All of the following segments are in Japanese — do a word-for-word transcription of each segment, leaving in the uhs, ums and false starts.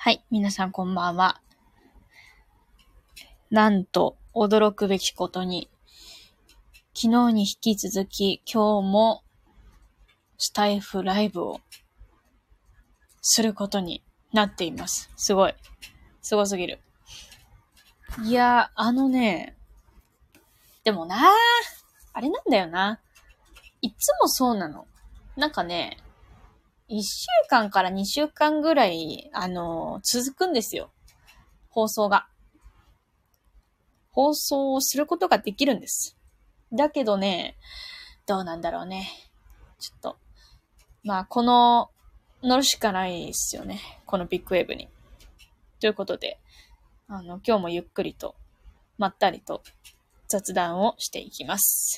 はい、皆さんこんばんは。なんと、驚くべきことに、昨日に引き続き、今日もスタイフライブをすることになっています。すごい。すごすぎる。いやー、あのね、でもなー、あれなんだよな。いつもそうなの。なんかね、いっしゅうかんからにしゅうかんぐらい、あのー、続くんですよ。放送が。放送をすることができるんです。だけどね、どうなんだろうね。ちょっと、まあ、この、乗るしかないですよね。このビッグウェーブに。ということで、あの、今日もゆっくりと、まったりと雑談をしていきます。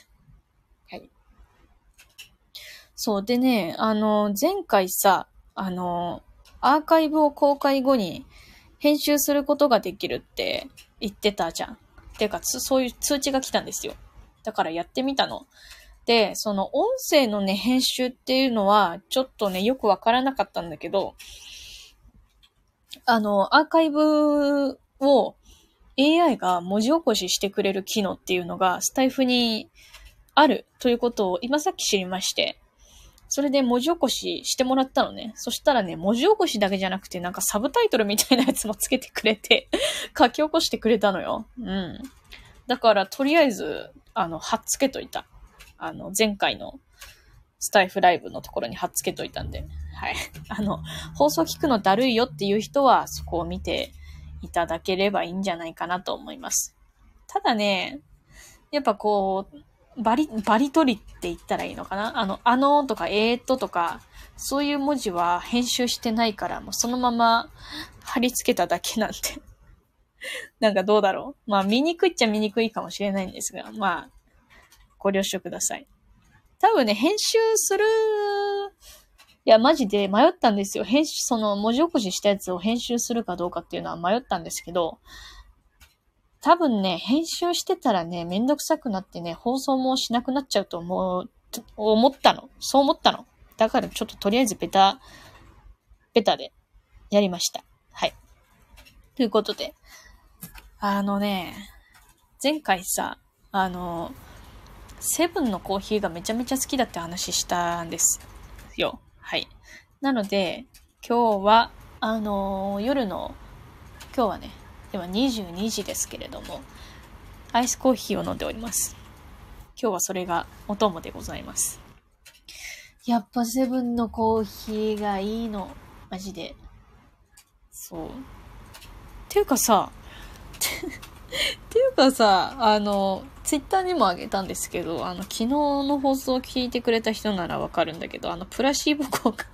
はい。そうでね、あの、前回さ、あの、アーカイブを公開後に編集することができるって言ってたじゃん。てか、そういう通知が来たんですよ。だからやってみたの。で、その音声のね、編集っていうのは、ちょっとね、よくわからなかったんだけど、あの、アーカイブを エーアイ が文字起こししてくれる機能っていうのがスタイフにあるということを今さっき知りまして、それで文字起こししてもらったのね。そしたらね、文字起こしだけじゃなくて、なんかサブタイトルみたいなやつもつけてくれて、書き起こしてくれたのよ。うん。だから、とりあえず、あの、貼っつけといた。あの、前回のスタイフライブのところに貼っつけといたんで、はい。あの、放送聞くのだるいよっていう人は、そこを見ていただければいいんじゃないかなと思います。ただね、やっぱこう、バリ、バリ取りって言ったらいいのかなあの、あのとかえーっととか、そういう文字は編集してないから、もうそのまま貼り付けただけなんで。なんかどうだろうまあ見にくいっちゃ見にくいかもしれないんですが、まあ、ご了承ください。多分ね、編集する、いや、マジで迷ったんですよ。編集、その文字起こししたやつを編集するかどうかっていうのは迷ったんですけど、多分ね、編集してたらね、めんどくさくなってね、放送もしなくなっちゃうと思う、思ったの。そう思ったの。だからちょっととりあえずベタ、ベタでやりました。はい。ということで、あのね、前回さ、あの、セブンのコーヒーがめちゃめちゃ好きだって話したんですよ。はい。なので、今日は、あのー、夜の、今日はね、今にじゅうにじですけれども、アイスコーヒーを飲んでおります。今日はそれがお供でございます。やっぱセブンのコーヒーがいいの。マジで。そう。ていうかさ、ていうかさ、あの、ツイッターにもあげたんですけど、あの、昨日の放送を聞いてくれた人ならわかるんだけど、あの、プラシーボ効果。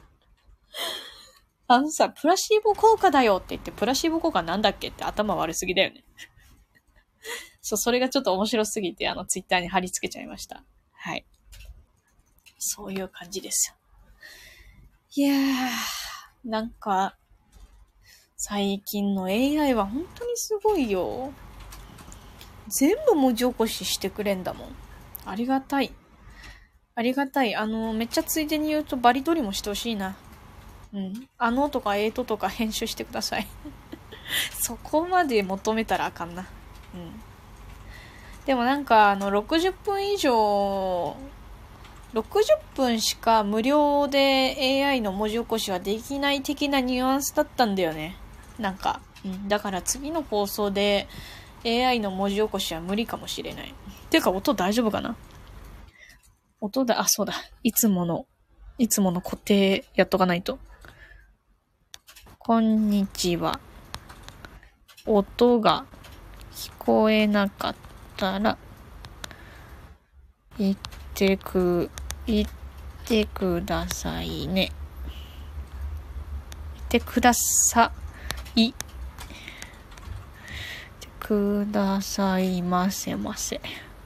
あのさ、プラシーボ効果だよって言って、プラシーボ効果なんだっけって頭悪すぎだよね。そう、それがちょっと面白すぎて、あの、ツイッターに貼り付けちゃいました。はい。そういう感じですよ。いやー、なんか、最近の エーアイ は本当にすごいよ。全部文字起こししてくれんだもん。ありがたい。ありがたい。あの、めっちゃついでに言うとバリ取りもしてほしいな。うん。あのとかえーととか編集してください。そこまで求めたらあかんな。うん。でもなんか、あの、ろくじゅっぷん以上、ろくじゅっぷんしか無料で エーアイ の文字起こしはできない的なニュアンスだったんだよね。なんか、うん。だから次の放送で エーアイ の文字起こしは無理かもしれない。ていうか音大丈夫かな？音だ、あ、そうだ。いつもの、いつもの固定やっとかないと。こんにちは。音が聞こえなかったら、言ってく、言ってくださいね。言ってください。くださいませませ。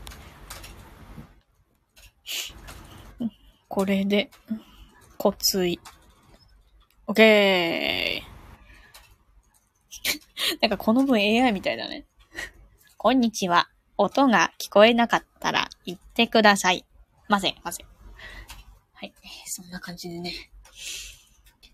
これで、こつい。オッケー。なんかこの分 エーアイ みたいだね。こんにちは。音が聞こえなかったら言ってください。ませ、ませ。はい。そんな感じでね。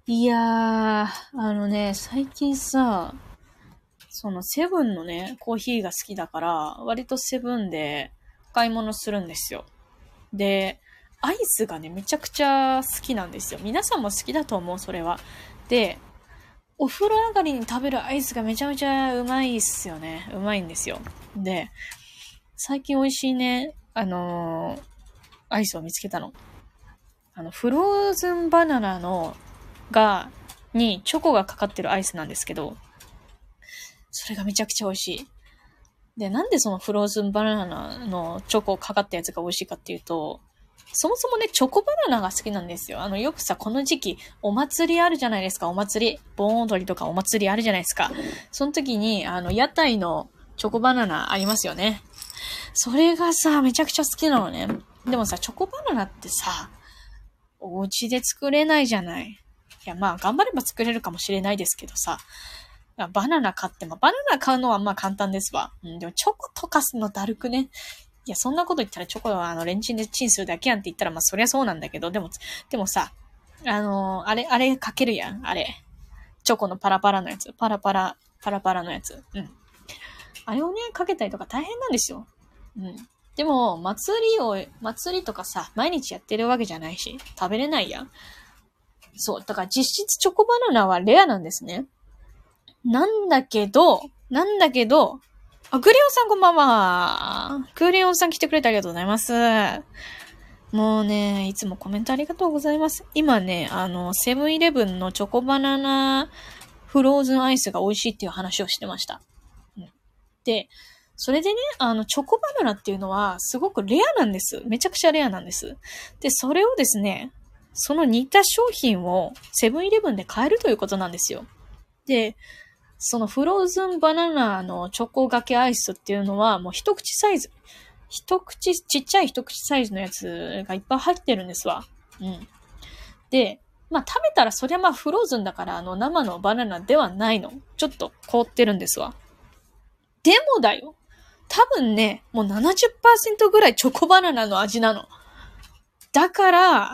いやー、あのね、最近さ、そのセブンのね、コーヒーが好きだから、割とセブンで買い物するんですよ。で、アイスがね、めちゃくちゃ好きなんですよ。皆さんも好きだと思う、それは。で、お風呂上がりに食べるアイスがめちゃめちゃうまいっすよね。うまいんですよ。で、最近美味しいね、あのーアイスを見つけたの。あの、フローズンバナナの、が、にチョコがかかってるアイスなんですけど、それがめちゃくちゃ美味しい。で、なんでそのフローズンバナナのチョコかかったやつが美味しいかっていうと、そもそもね、チョコバナナが好きなんですよ。あの、よくさ、この時期、お祭りあるじゃないですか、お祭り。盆踊りとかお祭りあるじゃないですか。その時に、あの、屋台のチョコバナナありますよね。それがさ、めちゃくちゃ好きなのね。でもさ、チョコバナナってさ、お家で作れないじゃない。いや、まあ、頑張れば作れるかもしれないですけどさ、バナナ買っても、バナナ買うのはまあ簡単ですわ。うん、でもチョコ溶かすのだるくね。いや、そんなこと言ったらチョコはあのレンチンでチンするだけやんって言ったらまあそりゃそうなんだけど、でも、でもさ、あのー、あれ、あれかけるやん、あれ。チョコのパラパラのやつ。パラパラ、パラパラのやつ。うん。あれをね、かけたりとか大変なんですよ。うん。でも、祭りを、祭りとかさ、毎日やってるわけじゃないし、食べれないやん。そう。だから実質チョコバナナはレアなんですね。なんだけど、なんだけど、あ、グリオンさんこんばんは。グリオンさん来てくれてありがとうございます。もうね、いつもコメントありがとうございます。今ね、あの、セブンイレブンのチョコバナナフローズンアイスが美味しいっていう話をしてました。うん、で、それでね、あの、チョコバナナっていうのはすごくレアなんです。めちゃくちゃレアなんです。で、それをですね、その似た商品をセブンイレブンで買えるということなんですよ。で、そのフローズンバナナのチョコがけアイスっていうのはもう一口サイズ。一口、ちっちゃい一口サイズのやつがいっぱい入ってるんですわ。うん。で、まあ食べたらそりゃまあフローズンだからあの生のバナナではないの。ちょっと凍ってるんですわ。でもだよ。多分ね、もう ななじゅっパーセント ぐらいチョコバナナの味なの。だから、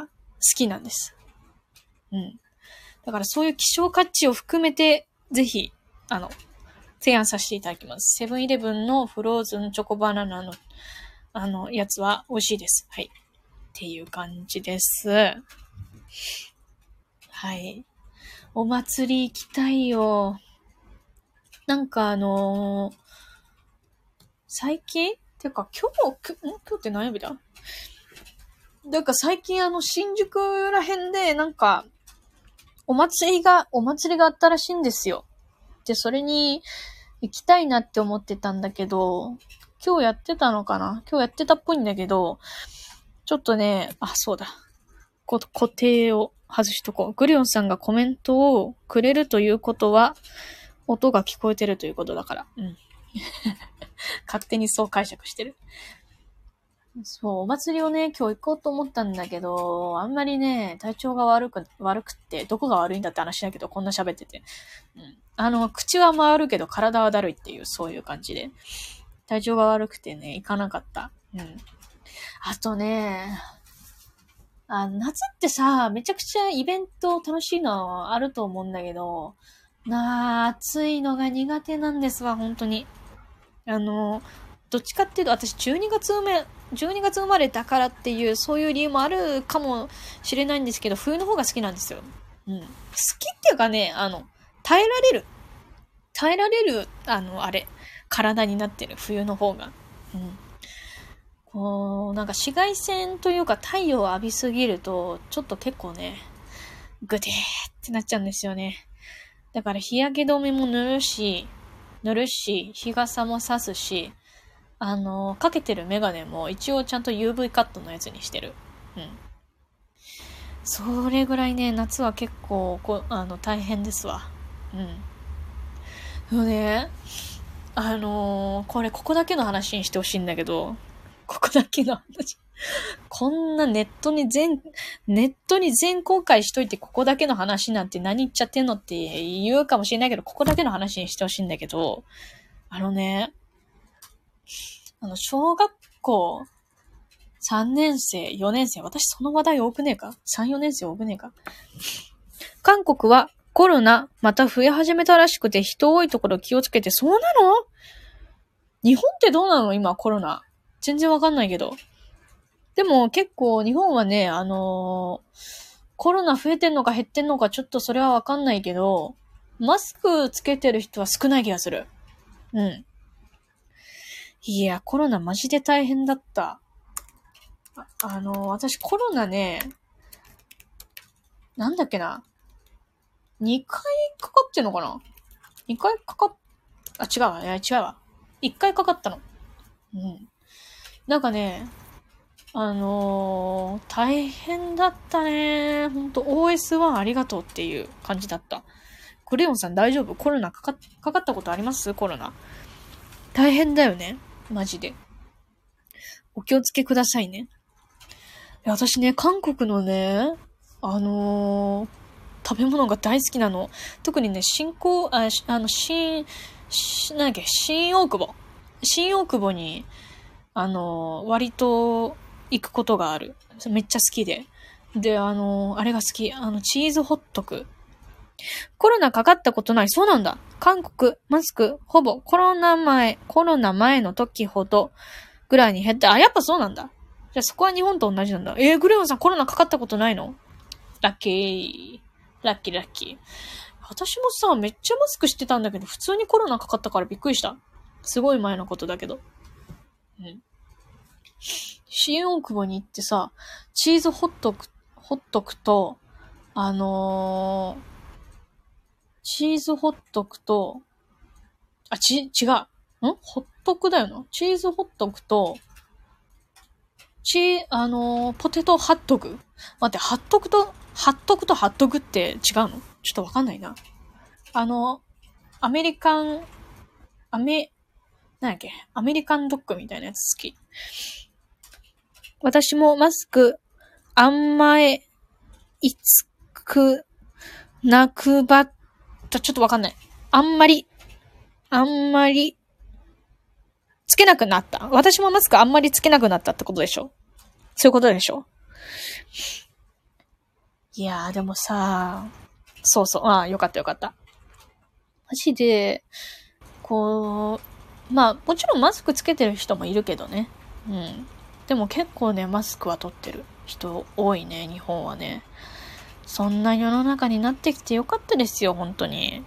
好きなんです。うん。だからそういう希少価値を含めて、ぜひ、あの、提案させていただきます。セブンイレブンのフローズンチョコバナナの、あの、やつは美味しいです。はい。っていう感じです。はい。お祭り行きたいよ。なんかあのー、最近てか今日、今日って何曜日だ？なんか最近あの、新宿ら辺でなんか、お祭りが、お祭りがあったらしいんですよ。で、それに行きたいなって思ってたんだけど、今日やってたのかな？今日やってたっぽいんだけど、ちょっとね、あ、そうだ。こ固定を外しとこう。グリオンさんがコメントをくれるということは、音が聞こえてるということだから。うん。勝手にそう解釈してる。そう、お祭りをね、今日行こうと思ったんだけど、あんまりね、体調が悪く、悪くって、どこが悪いんだって話だけど、こんな喋ってて。うん。あの、口は回るけど体はだるいっていう、そういう感じで。体調が悪くてね、行かなかった。うん。あとね、あ、夏ってさ、めちゃくちゃイベント楽しいのあると思うんだけど、なあ、暑いのが苦手なんですわ、本当に。あの、どっちかっていうと、私じゅうにがつ生め、じゅうにがつ生まれだからっていう、そういう理由もあるかもしれないんですけど、冬の方が好きなんですよ。うん。好きっていうかね、あの、耐えられる。耐えられる、あの、あれ、体になってる、冬の方が。うん。こう、なんか紫外線というか太陽を浴びすぎると、ちょっと結構ね、グデーってなっちゃうんですよね。だから日焼け止めも塗るし、塗るし、日傘も差すし、あの、かけてるメガネも一応ちゃんと ユーブイ カットのやつにしてる。うん。それぐらいね、夏は結構、こあの、大変ですわ。うん。そうね、あのー、これここだけの話にしてほしいんだけど、ここだけの話。こんなネットに全、ネットに全公開しといてここだけの話なんて何言っちゃってんのって言うかもしれないけど、ここだけの話にしてほしいんだけど、あのね、あの、小学校さんねん生、よねん生、私その話題多くねえか ?さん、よねん生多くねえか韓国はコロナまた増え始めたらしくて人多いところ気をつけて。そうなの？日本ってどうなの今コロナ。全然わかんないけど。でも結構日本はね、あのー、コロナ増えてんのか減ってんのかちょっとそれはわかんないけど、マスクつけてる人は少ない気がする。うん。いや、コロナマジで大変だった。あ、あのー、私コロナね、なんだっけな。にかいかかってんのかな ?に 回かかっ、あ、違うわ。いや、違うわ。いっかいかかったの。うん。なんかね、あのー、大変だったね。ほんと オーエスワン ありがとうっていう感じだった。クレヨンさん大丈夫？コロナかか、かかったことあります？コロナ。大変だよね。マジで。お気をつけくださいね。いや私ね、韓国のね、あのー、食べ物が大好きなの。特にね、新興、あ、あの、新、なんだっけ、新大久保。新大久保に、あの、割と行くことがある。めっちゃ好きで。で、あの、あれが好き。あの、チーズホットク。コロナかかったことない。そうなんだ。韓国、マスク、ほぼコロナ前、コロナ前の時ほどぐらいに減った。あ、やっぱそうなんだ。じゃあそこは日本と同じなんだ。えー、グレオンさんコロナかかったことないの？ラッキー。ラッキーラッキー。私もさ、めっちゃマスクしてたんだけど、普通にコロナかかったからびっくりした。すごい前のことだけど。うん。新大久保に行ってさ、チーズホットク、ホットクと、あのー、チーズホットクと、あ、ち、違う。んホットクだよな。チーズホットクと、チー、あのー、ポテトハットク？待って、ハットクと、ハットクとハットクって違うの？ちょっとわかんないな。あの、アメリカン、アメ、なんだっけ、アメリカンドッグみたいなやつ好き。私もマスク、あんまえ、いつく、なくばった、ちょっとわかんない。あんまり、あんまり、つけなくなった。私もマスクあんまりつけなくなったってことでしょ？そういうことでしょ？いやーでもさ、そうそう、ああ、よかったよかった。マジで、こう、まあ、もちろんマスクつけてる人もいるけどね。うん。でも結構ね、マスクは取ってる人多いね、日本はね。そんな世の中になってきてよかったですよ、本当に。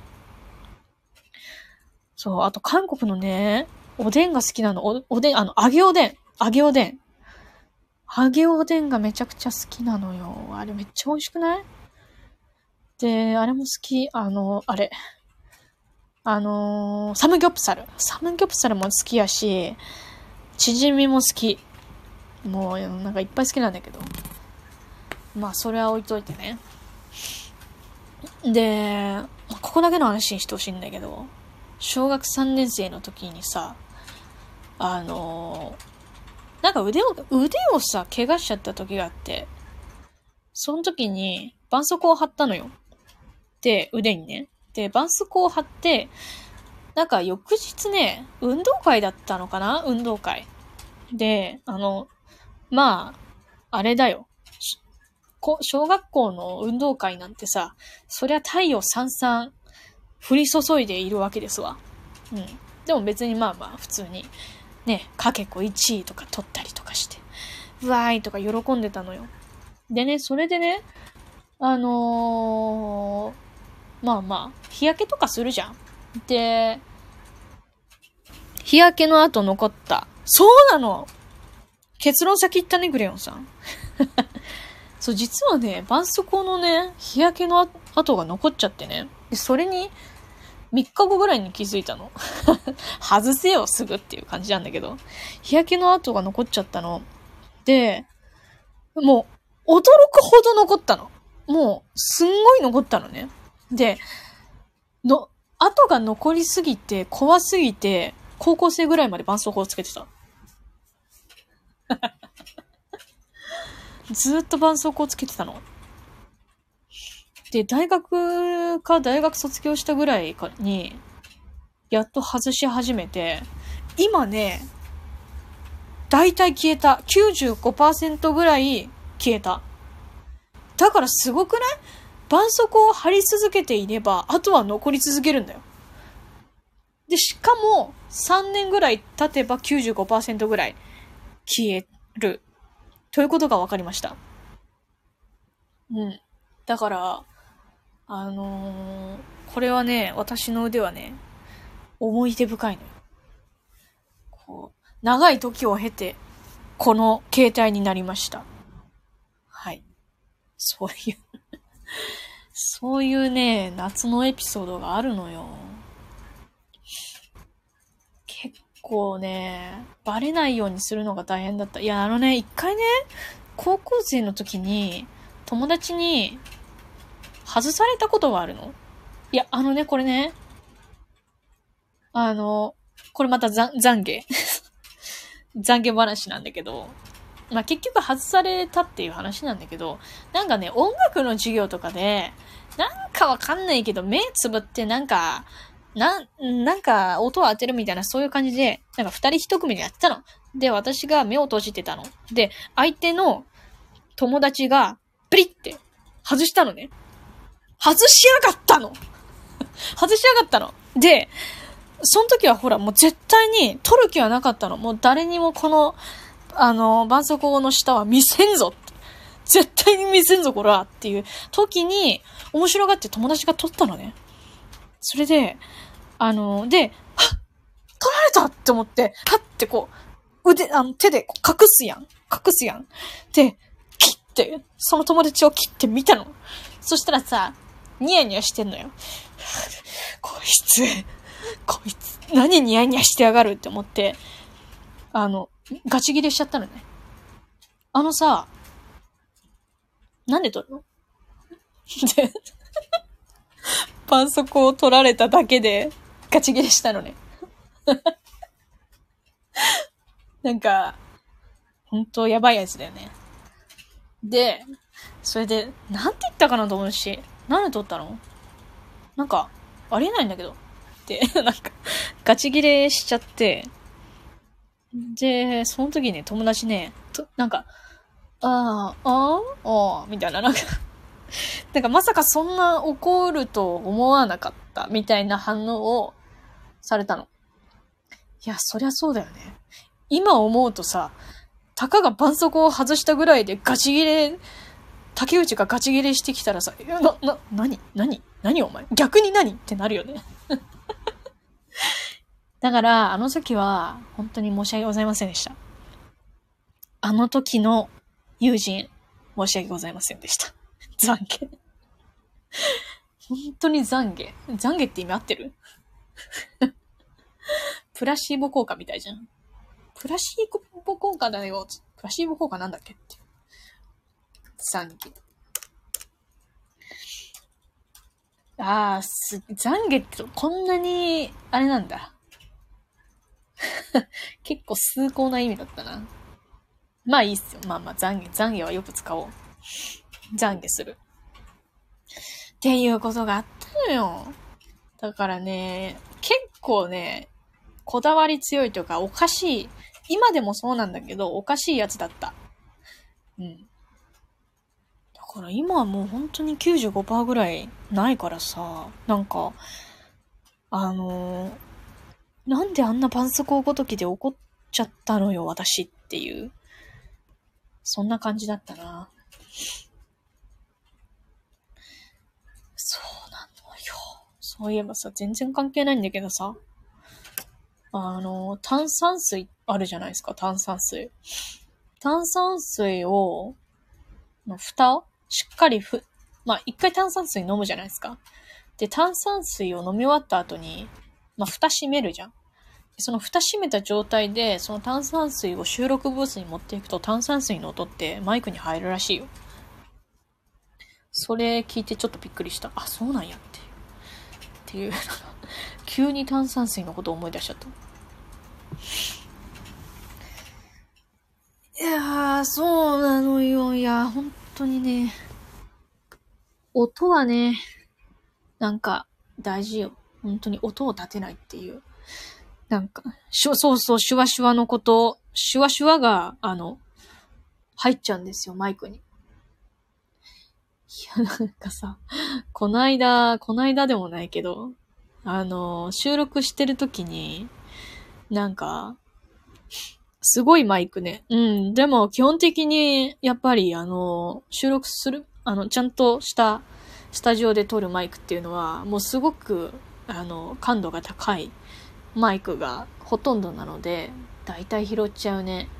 そう、あと韓国のね、おでんが好きなの。お、おでん、あの、揚げおでん。揚げおでん。揚げおでんがめちゃくちゃ好きなのよ。あれめっちゃ美味しくない？で、あれも好き。あの、あれ。あのー、サムギョプサル。サムギョプサルも好きやし、チヂミも好き。もう、なんかいっぱい好きなんだけど。まあ、それは置いといてね。で、ここだけの話にしてほしいんだけど、小学さんねん生の時にさ、あのー、なんか腕を、腕をさ、怪我しちゃった時があって、その時に、絆創膏を貼ったのよ。で、腕にね。で、絆創膏を貼って、なんか翌日ね、運動会だったのかな？運動会。で、あの、まあ、あれだよ。小学校の運動会なんてさ、そりゃ太陽さんさん降り注いでいるわけですわ。うん。でも別にまあまあ、普通に、ね、かけこいちいとか取ったりとかして、うわーいとか喜んでたのよ。でね、それでね、あのー、まあまあ、日焼けとかするじゃん。で、日焼けの後残った。そうなの！結論先言ったね、グレヨンさん。そう、実はね、絆創膏のね、日焼けの跡が残っちゃってね。でそれに、みっかごぐらいに気づいたの。外せよ、すぐっていう感じなんだけど。日焼けの跡が残っちゃったの。で、もう、驚くほど残ったの。もう、すんごい残ったのね。で、の、跡が残りすぎて、怖すぎて、高校生ぐらいまで絆創膏をつけてた。ずーっと絆創膏をつけてたの。で、大学か大学卒業したぐらいに、やっと外し始めて、今ね、だいたい消えた。きゅうじゅうごパーセント ぐらい消えた。だからすごくない？ 絆創膏を貼り続けていれば、あとは残り続けるんだよ。で、しかも、さんねんぐらい経てば きゅうじゅうごパーセント ぐらい消える。ということが分かりました。うん。だから、あのー、これはね、私の腕はね、思い出深いのよ。こう、長い時を経て、この携帯になりました。はい。そういうそういうね、夏のエピソードがあるのよ。結構ね、バレないようにするのが大変だった。いや、あのね、一回ね、高校生の時に、友達に、外されたことがあるの。いや、あのね、これね、あの、これまたざ懺悔懺悔話なんだけど、まあ、結局外されたっていう話なんだけど、なんかね、音楽の授業とかで、なんかわかんないけど、目つぶってなんか、な、なんか音を当てるみたいなそういう感じで、なんか二人一組でやってたの。で、私が目を閉じてたの。で、相手の友達が、プリって外したのね。外しやがったの外しやがったの。で、その時はほら、もう絶対に取る気はなかったの。もう誰にもこの、あの、絆創膏の下は見せんぞって。絶対に見せんぞ、これはっていう時に、面白がって友達が取ったのね。それで、あの、で、はっ取られたって思って、はってこう、腕、あの、手でこう隠すやん。隠すやん。で、切って、その友達を切ってみたの。そしたらさ、ニヤニヤしてんのよ。こいつ、こいつ、何ニヤニヤしてやがるって思って、あの、ガチ切れしちゃったのね。あのさ、なんで取るので、絆創膏を取られただけでガチ切れしたのね。なんか、ほんとやばいやつだよね。で、それで、なんて言ったかなと思うし、なんで取ったのなんか、ありえないんだけど。で、なんか、ガチ切れしちゃって、で、その時ね、友達ね、となんか、ああ、ああ、あみたいな、なんかなんかまさかそんな怒ると思わなかったみたいな反応をされたの。いや、そりゃそうだよね。今思うとさ、たかが絆創膏を外したぐらいでガチ切れ、竹内がガチ切れしてきたらさ、な、な、なに何何お前逆に何ってなるよね。だから、あの時は、本当に申し訳ございませんでした。あの時の友人、申し訳ございませんでした。懺悔。本当に懺悔。懺悔って意味合ってるプラシーボ効果みたいじゃん。プラシーボ効果だよ。プラシーボ効果なんだっけって。懺悔。あー、す、懺悔ってこんなに、あれなんだ。結構崇高な意味だったな。まあいいっすよ。まあまあ懺悔。懺悔はよく使おう。懺悔する。っていうことがあったのよ。だからね、結構ね、こだわり強いというか、おかしい。今でもそうなんだけど、おかしいやつだった。うん。だから今はもう本当に きゅうじゅうごパーセント ぐらいないからさ、なんか、あのー、なんであんな絆創膏ごときで怒っちゃったのよ、私っていう。そんな感じだったな。そうなのよ。そういえばさ、全然関係ないんだけどさ、あの、炭酸水あるじゃないですか、炭酸水。炭酸水を、の蓋をしっかりふ、まあ、一回炭酸水飲むじゃないですか。で、炭酸水を飲み終わった後に、まあ、蓋閉めるじゃん。その蓋閉めた状態で、その炭酸水を収録ブースに持っていくと、炭酸水の音ってマイクに入るらしいよ。それ聞いてちょっとびっくりした。あ、そうなんやっていう。っていう。急に炭酸水のことを思い出しちゃった。いやー、そうなのよ。いや、本当にね。音はね、なんか大事よ。本当に音を立てないっていう。なんか、しゅそうそう、シュワシュワのこと、シュワシュワが、あの、入っちゃうんですよ、マイクに。いや、なんかさ、こないだ、こないだでもないけど、あの、収録してる時に、なんか、すごいマイクね。うん。でも、基本的に、やっぱり、あの、収録する、あの、ちゃんとしたスタジオで撮るマイクっていうのは、もうすごく、あの、感度が高いマイクがほとんどなので、だいたい拾っちゃうね。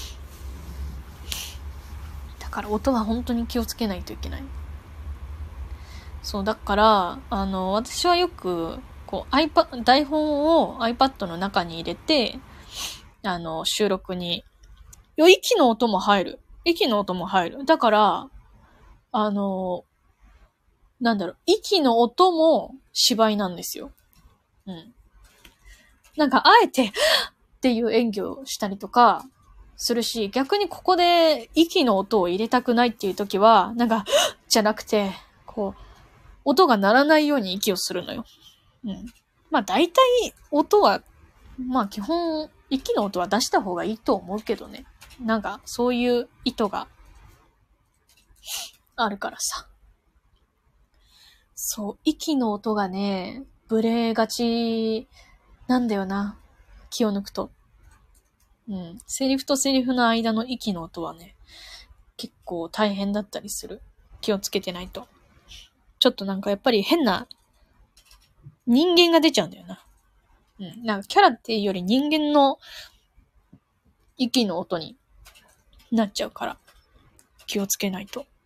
だから、音は本当に気をつけないといけない。そう、だから、あの、私はよく、こう、iPad、台本を iPad の中に入れて、あの、収録に。いや、息の音も入る。息の音も入る。だから、あの、なんだろう、息の音も芝居なんですよ。うん。なんか、あえて、っていう演技をしたりとか、するし、逆にここで息の音を入れたくないっていう時は、なんか、じゃなくて、こう、音が鳴らないように息をするのよ。うん。まあ大体音は、まあ基本、息の音は出した方がいいと思うけどね。なんかそういう意図があるからさ。そう、息の音がね、ブレがちなんだよな。気を抜くと。うん。セリフとセリフの間の息の音はね、結構大変だったりする。気をつけてないと。ちょっとなんかやっぱり変な人間が出ちゃうんだよな。うん。なんかキャラっていうより人間の息の音になっちゃうから、気をつけないと。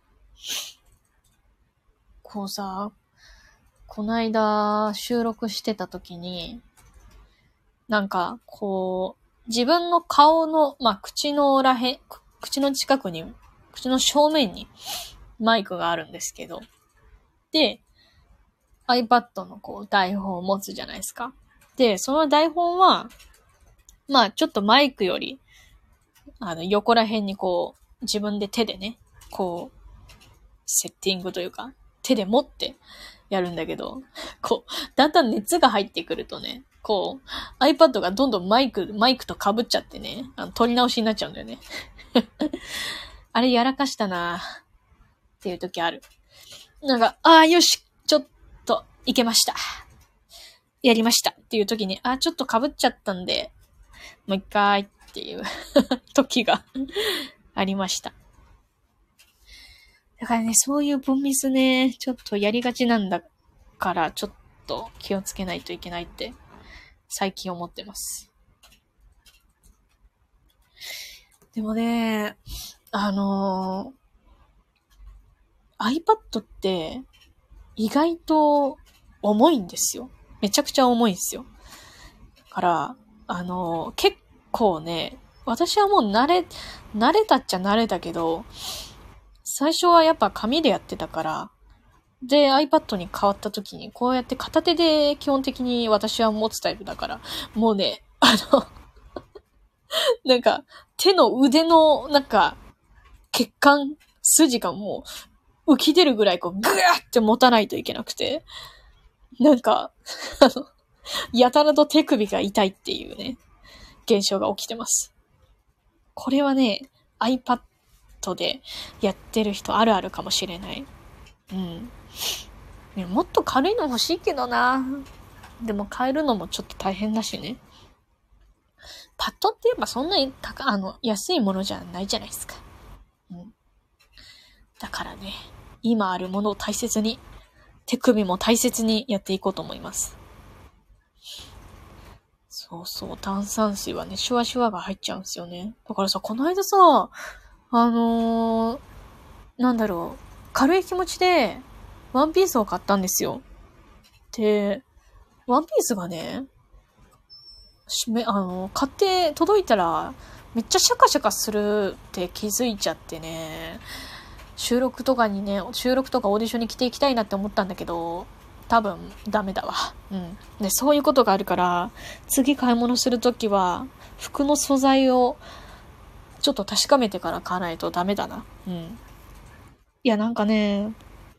こうさ、こないだ収録してた時に、なんか、こう、自分の顔の、まあ、口のらへん、口の近くに、口の正面にマイクがあるんですけど、で、iPad のこう台本を持つじゃないですか。で、その台本は、まあちょっとマイクより、あの横ら辺にこう、自分で手でね、こう、セッティングというか、手で持ってやるんだけど、こう、だんだん熱が入ってくるとね、こう、iPad がどんどんマイク、マイクと被っちゃってね、あの、撮り直しになっちゃうんだよね。あれやらかしたなっていう時ある。なんか、ああ、よし、ちょっと、いけました。やりましたっていう時に、あ、ちょっと被っちゃったんで、もう一回っていう時がありました。だからね、そういうボンミスね、ちょっとやりがちなんだから、ちょっと気をつけないといけないって、最近思ってます。でもね、あのー、iPad って、意外と重いんですよ。めちゃくちゃ重いんですよ。だから、あのー、結構ね、私はもう慣れ、慣れたっちゃ慣れたけど、最初はやっぱ紙でやってたから、で、iPad に変わった時に、こうやって片手で基本的に私は持つタイプだから、もうね、あの、なんか、手の腕の、なんか、血管、筋がもう浮き出るぐらいこう、ぐーって持たないといけなくて、なんか、あの、やたらと手首が痛いっていうね、現象が起きてます。これはね、iPad でやってる人あるあるかもしれない。うん。いやもっと軽いの欲しいけどな。でも買えるのもちょっと大変だしね。パッドって言えばそんなに高、あの、安いものじゃないじゃないですか。うん。だからね、今あるものを大切に、手首も大切にやっていこうと思います。そうそう、炭酸水はね、シュワシュワが入っちゃうんですよね。だからさ、この間さ、あのー、なんだろう、軽い気持ちで、ワンピースを買ったんですよ。で、ワンピースがね、しめ、あの、買って届いたら、めっちゃシャカシャカするって気づいちゃってね、収録とかにね、収録とかオーディションに着ていきたいなって思ったんだけど、多分ダメだわ。うん。で、そういうことがあるから、次買い物するときは、服の素材をちょっと確かめてから買わないとダメだな。うん。いや、なんかね、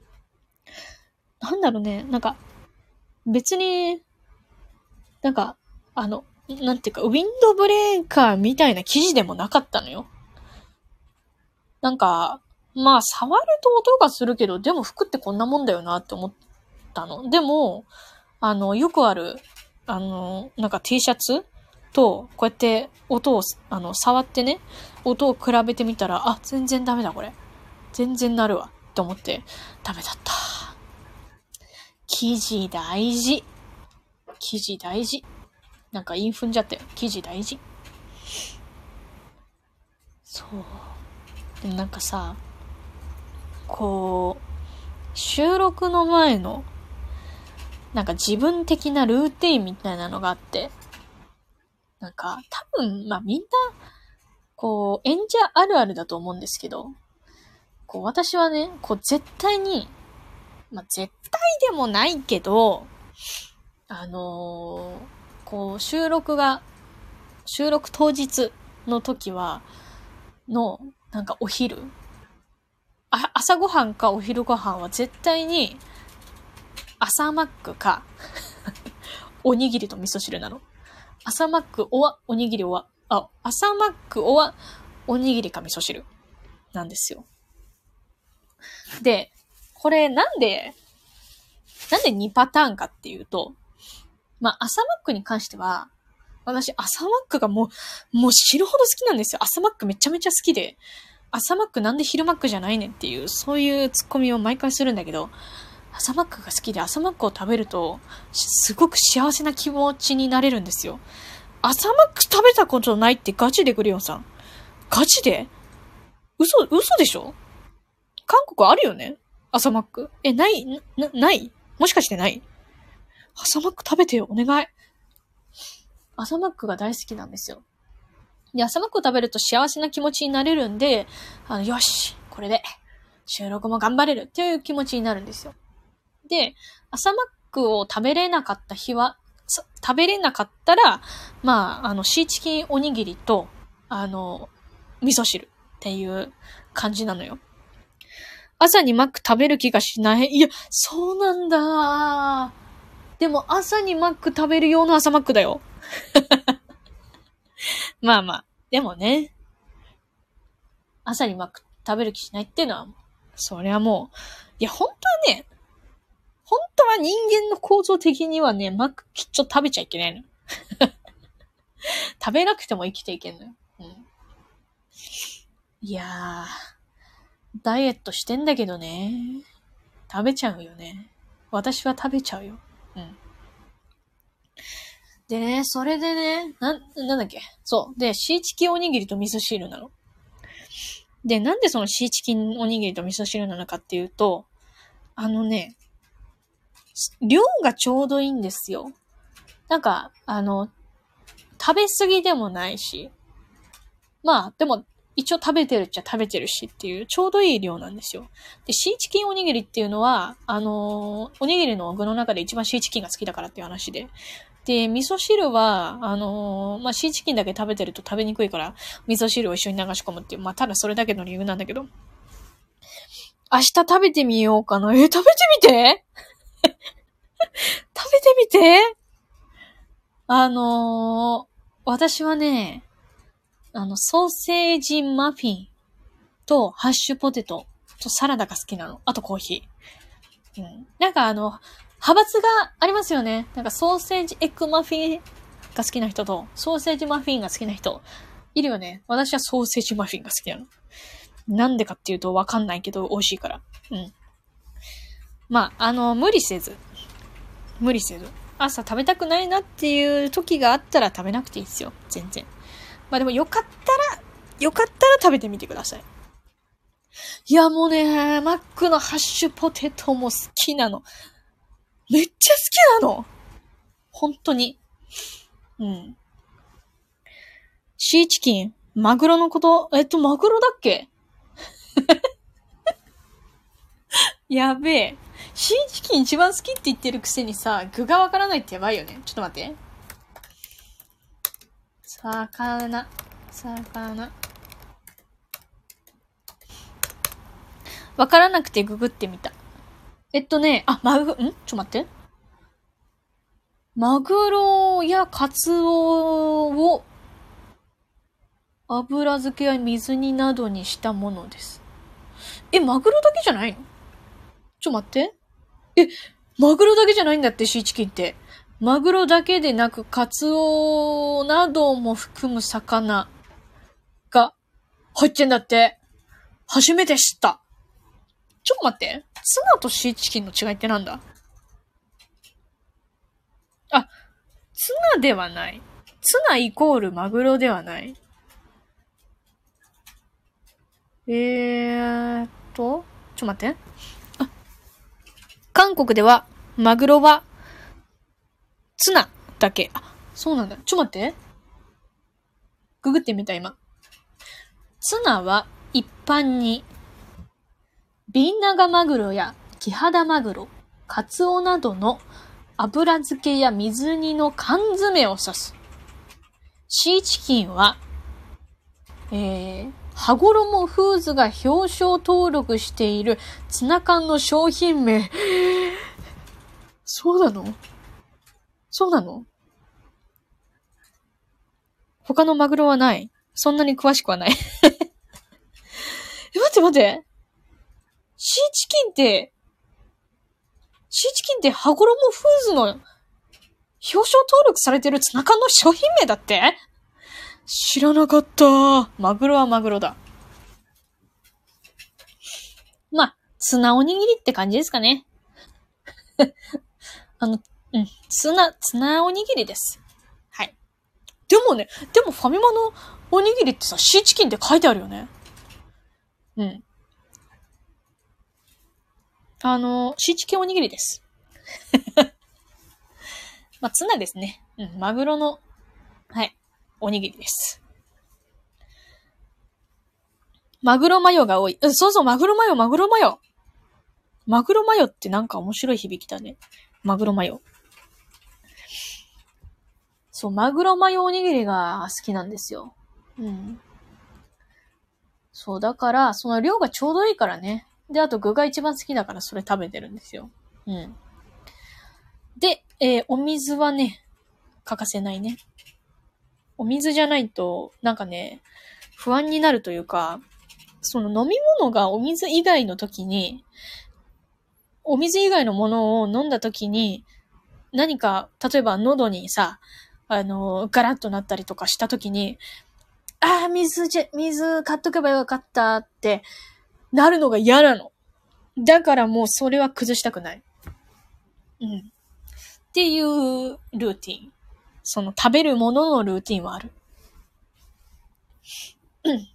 なんだろうね、なんか、別に、なんか、あの、なんていうか、ウィンドブレーカーみたいな生地でもなかったのよ。なんか、 まあ、触ると音がするけど、でも服ってこんなもんだよなって思ったの。でも、あの、よくある、あの、なんか T シャツと、こうやって音を、あの、触ってね、音を比べてみたら、あ、全然ダメだこれ。全然なるわ。って思って、ダメだった。生地大事。生地大事。なんかインフンじゃったよ。生地大事。そう。でもなんかさ、こう、収録の前の、なんか自分的なルーティンみたいなのがあって、なんか多分、まあみんな、こう、演者あるあるだと思うんですけど、こう私はね、こう絶対に、まあ絶対でもないけど、あのー、こう収録が、収録当日の時は、の、なんかお昼、あ、朝ごはんかお昼ごはんは絶対に、朝マックか、おにぎりと味噌汁なの。朝マックおわ、おにぎりおわ、あ、朝マックおわ、おにぎりか味噌汁なんですよ。で、これなんで、なんでにパターンかっていうと、まあ、朝マックに関しては、私朝マックがもう、もう死ぬほど好きなんですよ。朝マックめちゃめちゃ好きで、朝マックなんで昼マックじゃないねんっていう、そういうツッコミを毎回するんだけど、朝マックが好きで朝マックを食べると、すごく幸せな気持ちになれるんですよ。朝マック食べたことないってガチでクレヨンさん。ガチで嘘、嘘でしょ？韓国あるよね？朝マック。え、ない、な、ないもしかしてない？朝マック食べてよ、お願い。朝マックが大好きなんですよ。で、朝マックを食べると幸せな気持ちになれるんで、あの、よし、これで、収録も頑張れるっていう気持ちになるんですよ。で、朝マックを食べれなかった日は、食べれなかったら、まあ、あの、シーチキンおにぎりと、あの、味噌汁っていう感じなのよ。朝にマック食べる気がしない。いや、そうなんだ。でも朝にマック食べる用の朝マックだよ。まあまあ。でもね、朝にマック食べる気しないっていうのは、それはもう、いや、本当はね、本当は人間の構造的にはね、マックきっちょ食べちゃいけないの。食べなくても生きていけんのよ。うん。いやー、ダイエットしてんだけどね。食べちゃうよね。私は食べちゃうよ。うん。でね、それでね、な、なんだっけ。そう。で、シーチキンおにぎりと味噌汁なの。で、なんでそのシーチキンおにぎりと味噌汁なのかっていうと、あのね、量がちょうどいいんですよ。なんか、あの、食べ過ぎでもないし、まあ、でも、一応食べてるっちゃ食べてるしっていう、ちょうどいい量なんですよ。で、シーチキンおにぎりっていうのは、あのー、おにぎりの具の中で一番シーチキンが好きだからっていう話で。で、味噌汁は、あのー、まあ、シーチキンだけ食べてると食べにくいから、味噌汁を一緒に流し込むっていう、まあ、ただそれだけの理由なんだけど。明日食べてみようかな。え、食べてみて食べてみてあのー、私はね、あの、ソーセージマフィンとハッシュポテトとサラダが好きなの。あとコーヒー。うん。なんかあの、派閥がありますよね。なんかソーセージエッグマフィンが好きな人と、ソーセージマフィンが好きな人、いるよね。私はソーセージマフィンが好きなの。なんでかっていうとわかんないけど美味しいから。うん。まあ、あの、無理せず。無理せず。朝食べたくないなっていう時があったら食べなくていいですよ。全然。まあでもよかったら、よかったら食べてみてください。いやもうね、マックのハッシュポテトも好きなの。めっちゃ好きなの。本当に。うん。シーチキン、マグロのこと、えっと、マグロだっけやべえ。シーチキン一番好きって言ってるくせにさ、具がわからないってやばいよね。ちょっと待って。魚、魚。わからなくてググってみた。えっとね、あ、マグ、んちょっと待って。マグロやカツオを油漬けや水煮などにしたものです。 え、マグロだけじゃないの？ちょ、待って。え、マグロだけじゃないんだって、シーチキンって。マグロだけでなく、カツオなども含む魚が入ってんだって。初めて知った。ちょっと待って。ツナとシーチキンの違いってなんだ？あ、ツナではない。ツナイコールマグロではない。えーっと、ちょっと待って。あ、韓国ではマグロはツナだけ。あ、そうなんだ。ちょっと待って。ググってみた今。ツナは一般にビンナガマグロやキハダマグロ、カツオなどの油漬けや水煮の缶詰を指す。シーチキンは、えー、羽衣フーズが表彰登録しているツナ缶の商品名。そうなの？そうなの？他のマグロはない。そんなに詳しくはない。え、待って待って。シーチキンって、シーチキンって羽衣フーズの表彰登録されてるツナ缶の商品名だって？知らなかった。マグロはマグロだ。まあ、ツナおにぎりって感じですかね。あの、うん、ツナ、ツナおにぎりです。はい。でもね、でもファミマのおにぎりってさ、シーチキンって書いてあるよね。うん。あの、シーチキンおにぎりです。まあ、ツナですね。うん、マグロの、はい、おにぎりです。マグロマヨが多い。うん、そうそう、マグロマヨ、マグロマヨ。マグロマヨってなんか面白い響きだね。マグロマヨ。そう、マグロマヨおにぎりが好きなんですよ。うん。そう、だから、その量がちょうどいいからね。で、あと具が一番好きだからそれ食べてるんですよ。うん。で、えー、お水はね、欠かせないね。お水じゃないと、なんかね、不安になるというか、その飲み物がお水以外の時に、お水以外のものを飲んだ時に、何か、例えば喉にさ、あの、ガラッとなったりとかした時に、ああ、水じゃ、水買っとけばよかったってなるのが嫌なの。だからもうそれは崩したくない。うん。っていうルーティン。その食べるもののルーティンはある。うん。い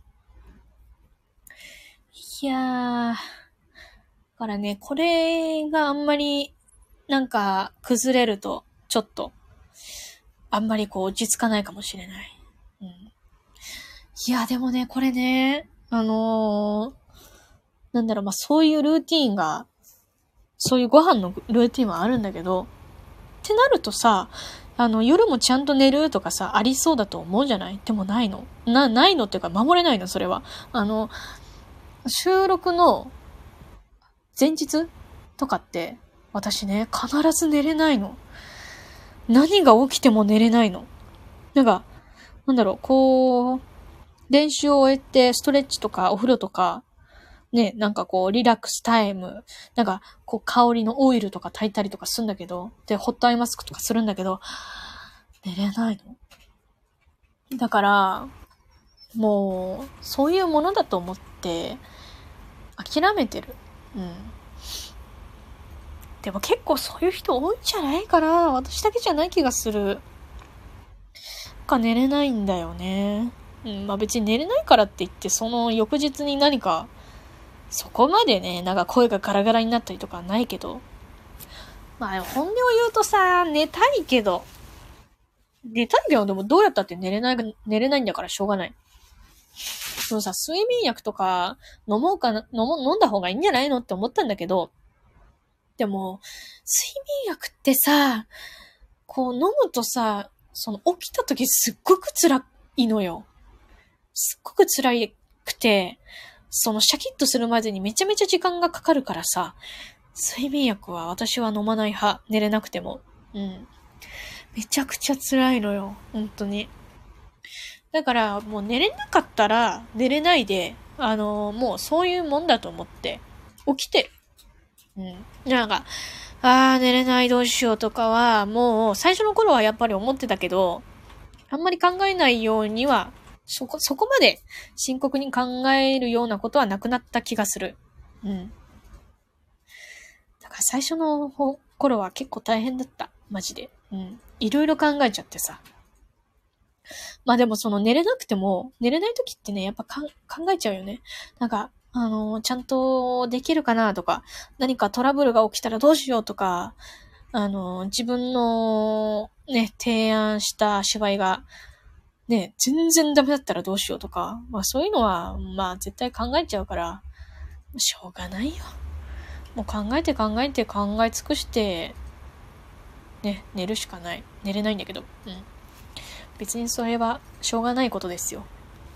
やー。だからね、これがあんまり、なんか、崩れると、ちょっと、あんまりこう、落ち着かないかもしれない。うん。いや、でもね、これね、あのー、なんだろう、まあ、そういうルーティーンが、そういうご飯のルーティーンはあるんだけど、ってなるとさ、あの、夜もちゃんと寝るとかさ、ありそうだと思うじゃない？でもないの。な、ないのっていうか、守れないの、それは。あの、収録の前日とかって、私ね、必ず寝れないの。何が起きても寝れないの。なんか、なんだろう、こう、練習を終えて、ストレッチとかお風呂とか、ね、なんかこう、リラックスタイム、なんか、こう、香りのオイルとか炊いたりとかするんだけど、で、ホットアイマスクとかするんだけど、寝れないの。だから、もう、そういうものだと思って、諦めてる。うん。でも結構そういう人多いんじゃないかな。私だけじゃない気がする。なんか寝れないんだよね。うん、まあ別に寝れないからって言って、その翌日に何か、そこまでね、なんか声がガラガラになったりとかはないけど。まあ本音を言うとさ、寝たいけど。寝たいけど、でもどうやったって寝れない、寝れないんだからしょうがない。そのさ、睡眠薬とか飲もうかな、飲も、飲んだ方がいいんじゃないのって思ったんだけど、でも、睡眠薬ってさ、こう飲むとさ、その起きた時すっごく辛いのよ。すっごく辛くて、そのシャキッとするまでにめちゃめちゃ時間がかかるからさ、睡眠薬は私は飲まない派。寝れなくても。うん。めちゃくちゃ辛いのよ。本当に。だから、もう寝れなかったら寝れないで、 あの、もうそういうもんだと思って起きてる。うん。なんか、あー寝れないどうしようとかは、もう最初の頃はやっぱり思ってたけど、あんまり考えないようには、そこ、そこまで深刻に考えるようなことはなくなった気がする。うん。だから最初の頃は結構大変だった。マジで。うん。いろいろ考えちゃってさ。まあでもその寝れなくても、寝れない時ってね、やっぱかん考えちゃうよね。なんか、あのー、ちゃんとできるかなとか、何かトラブルが起きたらどうしようとか、あのー、自分のね、提案した芝居が、ね、全然ダメだったらどうしようとか、まあそういうのは、まあ絶対考えちゃうから、しょうがないよ。もう考えて考えて考え尽くして、ね、寝るしかない。寝れないんだけど。うん。別にそれはしょうがないことですよ。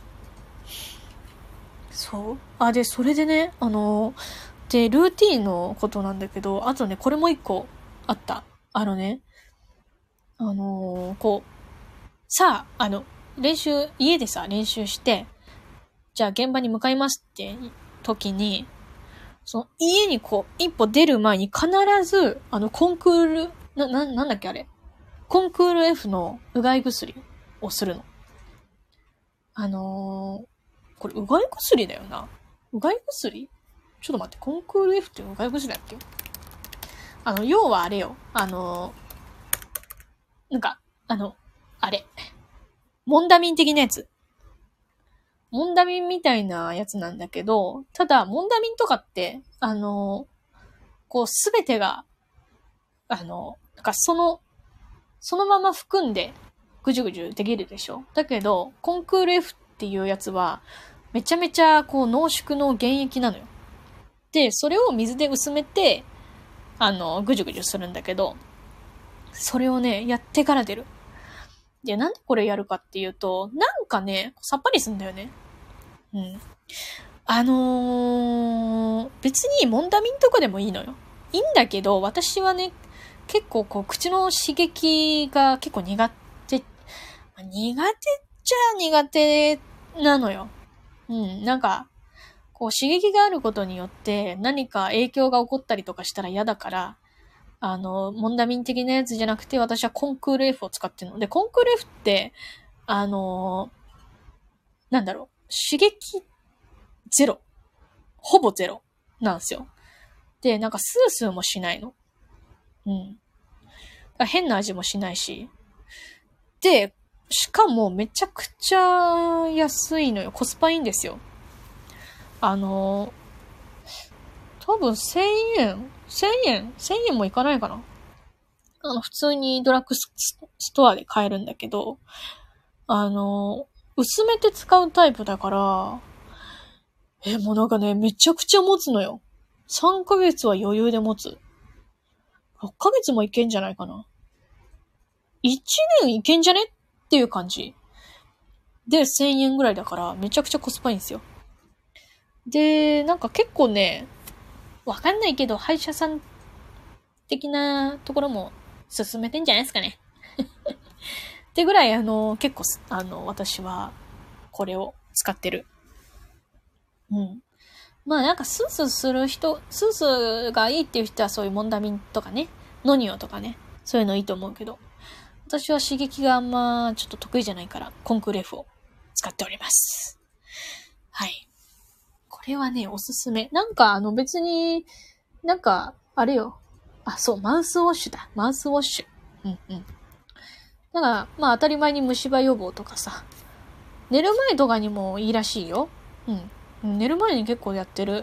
そう。あ、で、それでね、あの、で、ルーティーンのことなんだけど、あとね、これも一個あった。あのね、あのーこう、さあ、あの、練習、家でさ、練習して、じゃあ現場に向かいますって時に、その家にこう、一歩出る前に必ず、あの、コンクール、な、な、なんだっけあれ。コンクール F のうがい薬をするの。あのー、これうがい薬だよな。うがい薬ちょっと待って、コンクール F ってうがい薬だっけ？あの、要はあれよ。あのー、なんか、あの、あれ。モンダミン的なやつ。モンダミンみたいなやつなんだけど、ただ、モンダミンとかって、あのー、こう、すべてが、あのー、なんかその、そのまま含んで、ぐじゅぐじゅできるでしょ。だけど、コンクール F っていうやつは、めちゃめちゃ、こう、濃縮の原液なのよ。で、それを水で薄めて、あの、ぐじゅぐじゅするんだけど、それをね、やってから出る。で、なんでこれやるかっていうと、なんかね、さっぱりすんだよね。うん。あのー、別にモンダミンとかでもいいのよ。いいんだけど、私はね、結構こう、口の刺激が結構苦手、苦手っちゃ苦手なのよ。うん、なんか、こう刺激があることによって何か影響が起こったりとかしたら嫌だから、あの、モンダミン的なやつじゃなくて私はコンクール F を使ってるので、コンクール F って、あの、なんだろう、刺激ゼロ。ほぼゼロなんですよ。で、なんかスースーもしないの。うん。変な味もしないし。で、しかもめちゃくちゃ安いのよ。コスパいいんですよ。あの、多分せんえん ?せん 円 ?せん 円もいかないかな。あの、普通にドラッグストアで買えるんだけど、あの、薄めて使うタイプだから、え、もうなんかね、めちゃくちゃ持つのよ。さんかげつは余裕で持つ。ろっかげつもいけんじゃないかな。いちねんいけんじゃねっていう感じ。で、せんえんぐらいだから、めちゃくちゃコスパいいんですよ。で、なんか結構ね、わかんないけど、歯医者さん的なところも進めてんじゃないですかね。ってぐらい、あの、結構、あの、私は、これを使ってる。うん。まあなんかスースーする人、スースーがいいっていう人はそういうモンダミンとかね、ノニオとかね、そういうのいいと思うけど、私は刺激があんまちょっと得意じゃないから、コンクール F を使っております。はい。これはね、おすすめ。なんかあの別に、なんか、あれよ。あ、そう、マウスウォッシュだ。マウスウォッシュ。うんうん。だから、まあ当たり前に虫歯予防とかさ、寝る前とかにもいいらしいよ。うん。寝る前に結構やってる。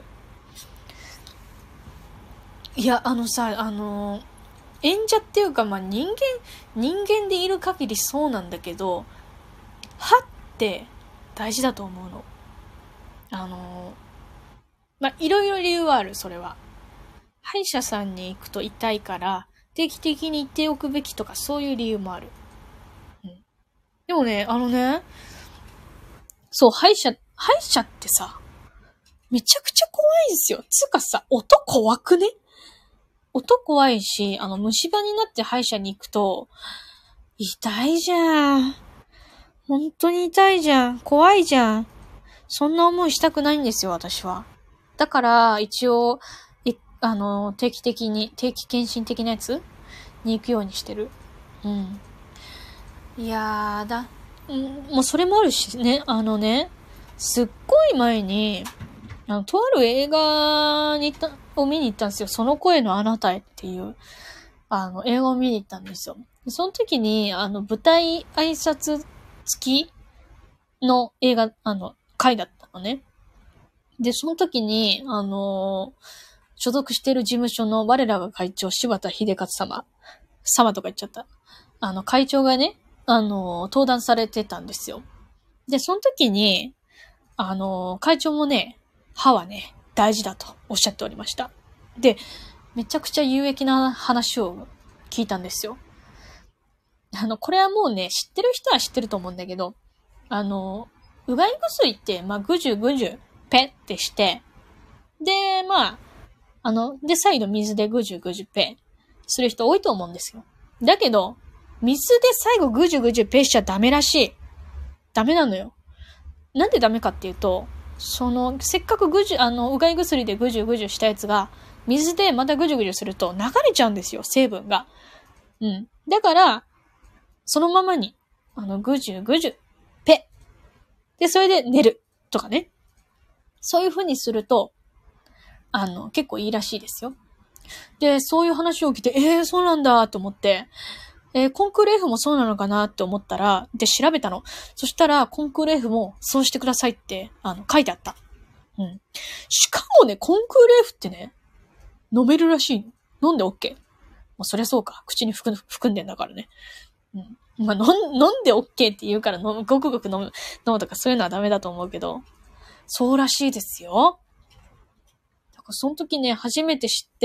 いや、あのさ、あの、演者っていうか、まあ人間、人間でいる限りそうなんだけど、歯って大事だと思うの。あの、まあいろいろ理由はある、それは。歯医者さんに行くと痛いから、定期的に行っておくべきとか、そういう理由もある。うん、でもね、あのね、そう、歯医者、歯医者ってさ、めちゃくちゃ怖いんですよ。つうかさ、音怖くね？音怖いし、あの、虫歯になって歯医者に行くと、痛いじゃん。本当に痛いじゃん。怖いじゃん。 そんな思いしたくないんですよ、私は。だから、一応、い、あの、定期的に、定期検診的なやつに行くようにしてる。うん。いやーだ、うん、もうそれもあるしね、あのね、すっごい前に、あの、とある映画に行った、を見に行ったんですよ。その声のあなたへっていう、あの、映画を見に行ったんですよ。その時に、あの、舞台挨拶付きの映画、あの、回だったのね。で、その時に、あのー、所属している事務所の我らが会長、柴田秀勝様、様とか言っちゃった。あの、会長がね、あのー、登壇されてたんですよ。で、その時に、あのー、会長もね、歯はね、大事だとおっしゃっておりました。で、めちゃくちゃ有益な話を聞いたんですよ。あの、これはもうね、知ってる人は知ってると思うんだけど、あの、うがい薬って、まあ、ぐじゅぐじゅ、ペッてして、で、まあ、あの、で、再度水でぐじゅぐじゅペする人多いと思うんですよ。だけど、水で最後ぐじゅぐじゅペしちゃダメらしい。ダメなのよ。なんでダメかっていうと、その、せっかくぐじゅ、あの、うがい薬でぐじゅぐじゅしたやつが、水でまたぐじゅぐじゅすると流れちゃうんですよ、成分が。うん。だから、そのままに、あの、ぐじゅぐじゅ、ペ。で、それで寝る。とかね。そういう風にすると、あの、結構いいらしいですよ。で、そういう話を聞いて、えー、そうなんだと思って、えー、コンクール F もそうなのかなって思ったら、で、調べたの。そしたら、コンクール F もそうしてくださいって、あの、書いてあった。うん。しかもね、コンクール F ってね、飲めるらしいの。飲んで OK。まあ、そりゃそうか。口に含ん含んでんだからね。うん。まあ、飲ん、飲んで OK って言うから飲む、ごくごく飲む、飲むとかそういうのはダメだと思うけど、そうらしいですよ。だからその時ね、初めて知って、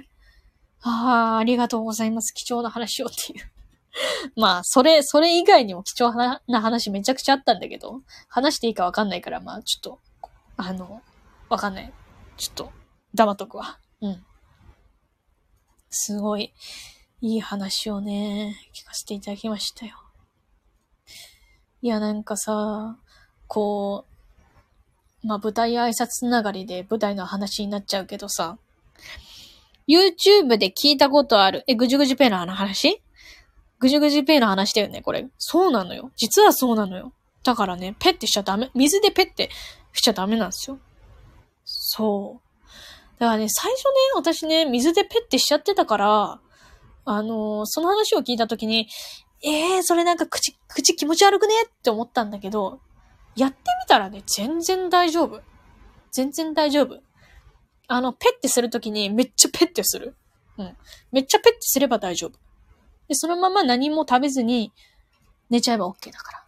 ああ、ありがとうございます。貴重な話をっていう。まあ、それ、それ以外にも貴重な話めちゃくちゃあったんだけど、話していいかわかんないから、まあ、ちょっと、あの、わかんない。ちょっと、黙っとくわ。うん。すごい、いい話をね、聞かせていただきましたよ。いや、なんかさ、こう、まあ、舞台挨拶つながりで舞台の話になっちゃうけどさ、YouTube で聞いたことある。え、ぐじゅぐじゅペイの話？ぐじゅぐじゅペイの話だよね、これ。そうなのよ。実はそうなのよ。だからね、ペッてしちゃダメ。水でペッてしちゃダメなんですよ。そう。だからね、最初ね、私ね、水でペッてしちゃってたから、あのー、その話を聞いたときに、えー、それなんか口、口気持ち悪くねって思ったんだけど、やってみたらね、全然大丈夫。全然大丈夫。あの、ペッてするときにめっちゃペッてする。うん。めっちゃペッてすれば大丈夫。で、そのまま何も食べずに寝ちゃえば OK だから。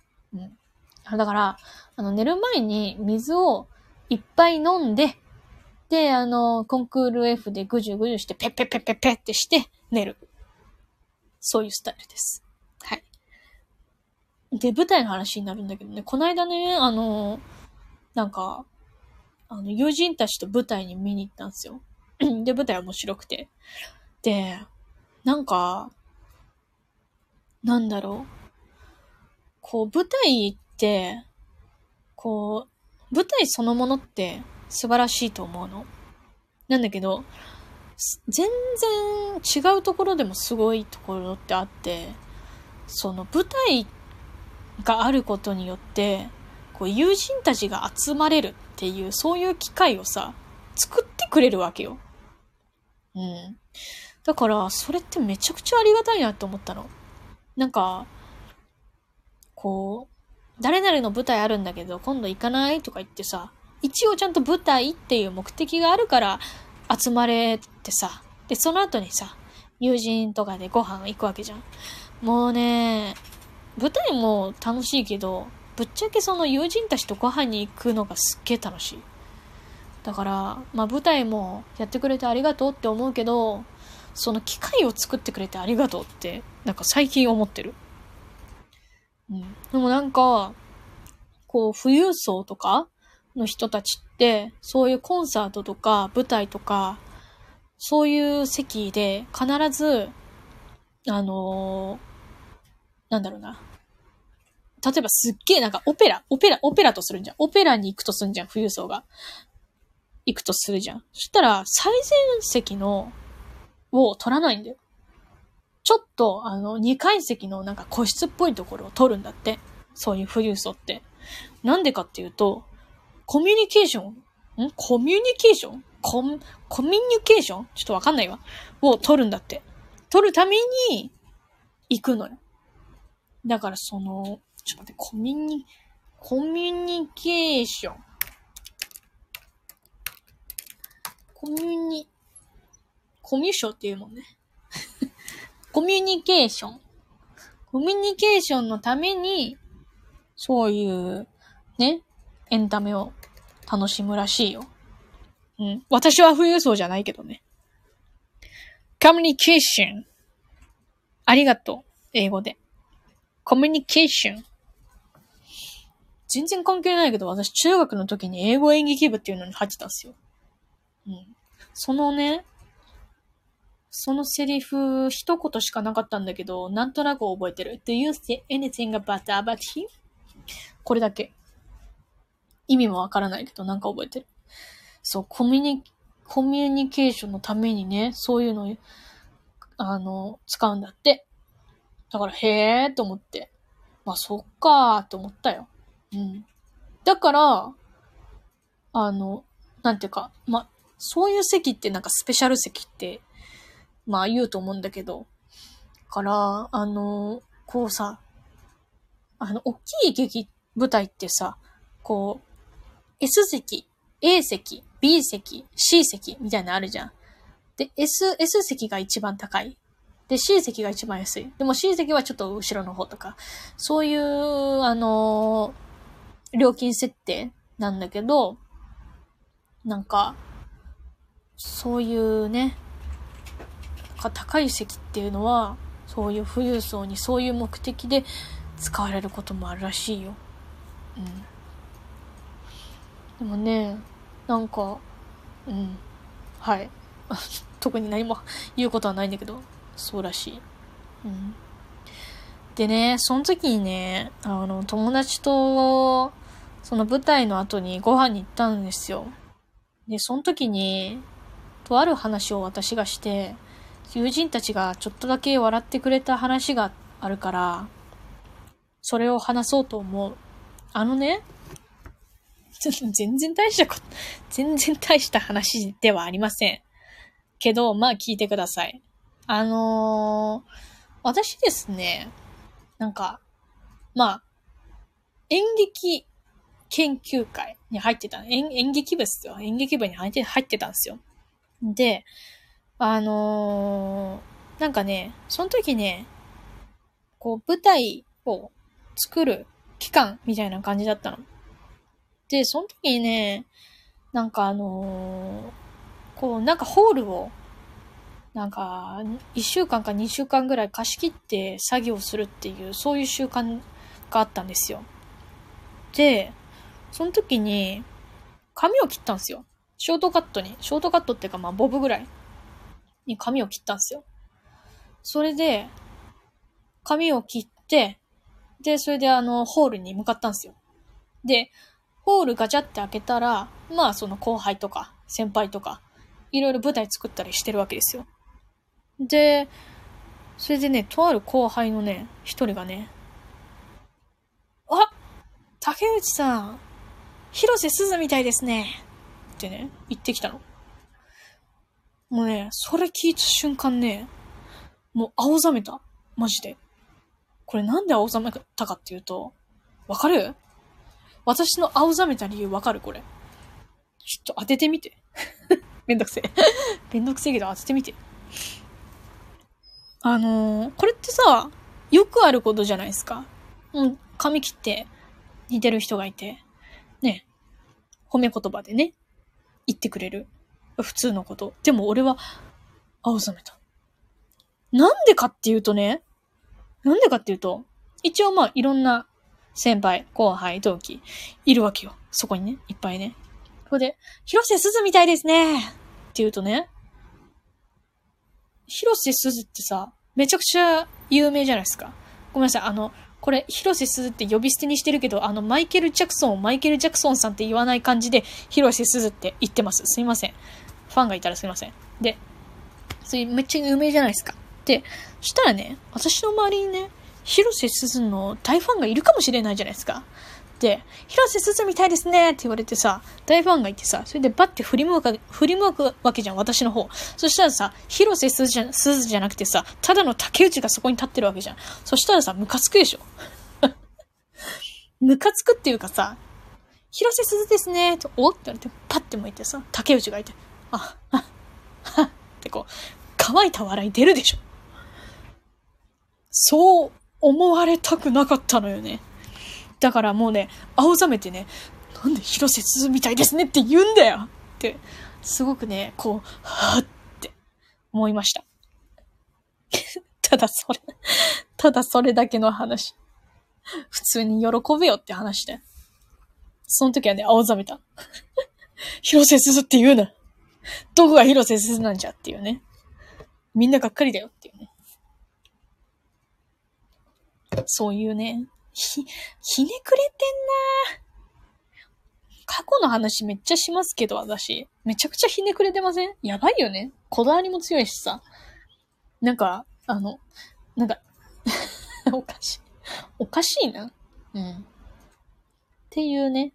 うん。だから、あの、寝る前に水をいっぱい飲んで、で、あの、コンクール F でぐじゅぐじゅして、ペッペッペッペッペッってして寝る。そういうスタイルです。はい。で、舞台の話になるんだけどね、この間ね、あの、なんか、あの、友人たちと舞台に見に行ったんですよ。で、舞台面白くて。で、なんか、なんだろう。こう、舞台って、こう、舞台そのものって素晴らしいと思うの。なんだけど、全然違うところでもすごいところってあって、その舞台があることによって、こう友人たちが集まれるっていう、そういう機会をさ、作ってくれるわけよ。うん。だから、それってめちゃくちゃありがたいなって思ったの。なんか、こう、誰々の舞台あるんだけど、今度行かないとか言ってさ、一応ちゃんと舞台っていう目的があるから集まれてさ、で、その後にさ、友人とかでご飯行くわけじゃん。もうね、舞台も楽しいけど、ぶっちゃけその友人たちとご飯に行くのがすっげえ楽しい。だから、まあ舞台もやってくれてありがとうって思うけど、その機会を作ってくれてありがとうって、なんか最近思ってる。うん。でもなんか、こう、富裕層とかの人たちって、そういうコンサートとか舞台とか、そういう席で必ず、あのー、なんだろうな。 例えばすっげえなんかオペラ、オペラ、オペラとするんじゃん。オペラに行くとするんじゃん、富裕層が。行くとするじゃん。そしたら、最前席の、を取らないんだよ。ちょっと、あの、二階席のなんか個室っぽいところを取るんだって。そういう富裕層って。なんでかっていうと、コミュニケーション、んコミュニケーションコミ、コミュニケーションちょっとわかんないわ。を取るんだって。取るために、行くのよ。だからその、ちょっと待って、コミュニ、コミュニケーション。コミュニ、コミュ障っていうもんね。コミュニケーション。コミュニケーションのために、そういう、ね、エンタメを楽しむらしいよ。うん。私は富裕層じゃないけどね。コミュニケーション。ありがとう。英語で。コミュニケーション。全然関係ないけど、私中学の時に英語演劇部っていうのに入ってたんですよ。うん。そのね、そのセリフ一言しかなかったんだけど、なんとなく覚えてる。Do you say anything about about him? これだけ。意味もわからないけど、なんか覚えてる。そう、コミュニ、コミュニケーションのためにね、そういうのを、あの、使うんだって。だから、へーと思って。まあ、そっかーと思ったよ。うん。だから、あの、なんていうか、まあ、そういう席ってなんかスペシャル席って、まあ言うと思うんだけど、から、あの、こうさ、あの、大きい劇舞台ってさ、こう、S 席、A 席、B 席、C 席みたいなのあるじゃん。で、S、S 席が一番高い。で、C 席が一番安い。でも C 席はちょっと後ろの方とか、そういう、あの、料金設定なんだけど、なんか、そういうね、高い席っていうのは、そういう富裕層にそういう目的で使われることもあるらしいよ。うん。でもね、なんか、うん。はい。特に何も言うことはないんだけど、そうらしい。うん。でね、その時にね、あの、友達と、その舞台の後にご飯に行ったんですよ。で、その時に、とある話を私がして、友人たちがちょっとだけ笑ってくれた話があるから、それを話そうと思う。あのね、全然大したこと、全然大した話ではありません。けど、まあ聞いてください。あのー、私ですね、なんか、まあ、演劇研究会に入ってた、演演劇部っすよ。演劇部に入って、入ってたんですよ。で、あのー、なんかね、その時ね、こう舞台を作る期間みたいな感じだったの。で、その時にね、なんかあのー、こうなんかホールを、なんか、いっしゅうかんかにしゅうかんぐらい貸し切って作業するっていう、そういう習慣があったんですよ。で、その時に、髪を切ったんですよ。ショートカットに。ショートカットっていうかまあボブぐらいに髪を切ったんですよ。それで、髪を切って、で、それであの、ホールに向かったんですよ。で、ホールガチャって開けたら、まあその後輩とか、先輩とか、いろいろ舞台作ったりしてるわけですよ。で、それでね、とある後輩のね、一人がね、あ、竹内さん、広瀬すずみたいですね。ってね、言ってきたの。もうね、それ聞いた瞬間ね、もう青ざめた。マジで。これなんで青ざめたかっていうと、わかる？私の青ざめた理由わかる？これ。ちょっと当ててみて。めんどくせえ。めんどくせえけど当ててみて。あのー、これってさ、よくあることじゃないですか。うん、髪切って似てる人がいて、ね、褒め言葉でね、言ってくれる。普通のこと。でも俺は、青ざめた。なんでかっていうとね、なんでかっていうと、一応まあいろんな先輩、後輩、同期、いるわけよ。そこにね、いっぱいね。ここで、広瀬すずみたいですねって言うとね、広瀬すずってさ、めちゃくちゃ有名じゃないですか。ごめんなさい、あの、ここれ、広瀬すずって呼び捨てにしてるけど、あの、マイケル・ジャクソンをマイケル・ジャクソンさんって言わない感じで、広瀬すずって言ってます。すいません。ファンがいたらすいません。で、それめっちゃ有名じゃないですか。で、そしたらね、私の周りにね、広瀬すずの大ファンがいるかもしれないじゃないですか。で、広瀬すずみたいですねって言われてさ、大ファンがいてさ、それでバッて振り向く、振り向くわけじゃん、私の方。そしたらさ、広瀬すずじゃ、すずじゃなくてさ、ただの竹内がそこに立ってるわけじゃん。そしたらさ、ムカつくでしょ。ムカつくっていうかさ、広瀬すずですねと、おって言われて、パッて向いてさ、竹内がいて、あ、あ、はってこう、乾いた笑い出るでしょ。そう思われたくなかったのよね。だからもうね、青ざめてね、なんで広瀬すずみたいですねって言うんだよって、すごくね、こう、はぁって思いました。ただそれ、ただそれだけの話。普通に喜べよって話で。その時はね、青ざめた。広瀬すずって言うな。どこが広瀬すずなんじゃっていうね。みんながっかりだよっていうね。そういうね、ひ、ひねくれてんなぁ。過去の話めっちゃしますけど、私。めちゃくちゃひねくれてません？やばいよね。こだわりも強いしさ。なんか、あの、なんか、おかしい。おかしいな。うん。っていうね。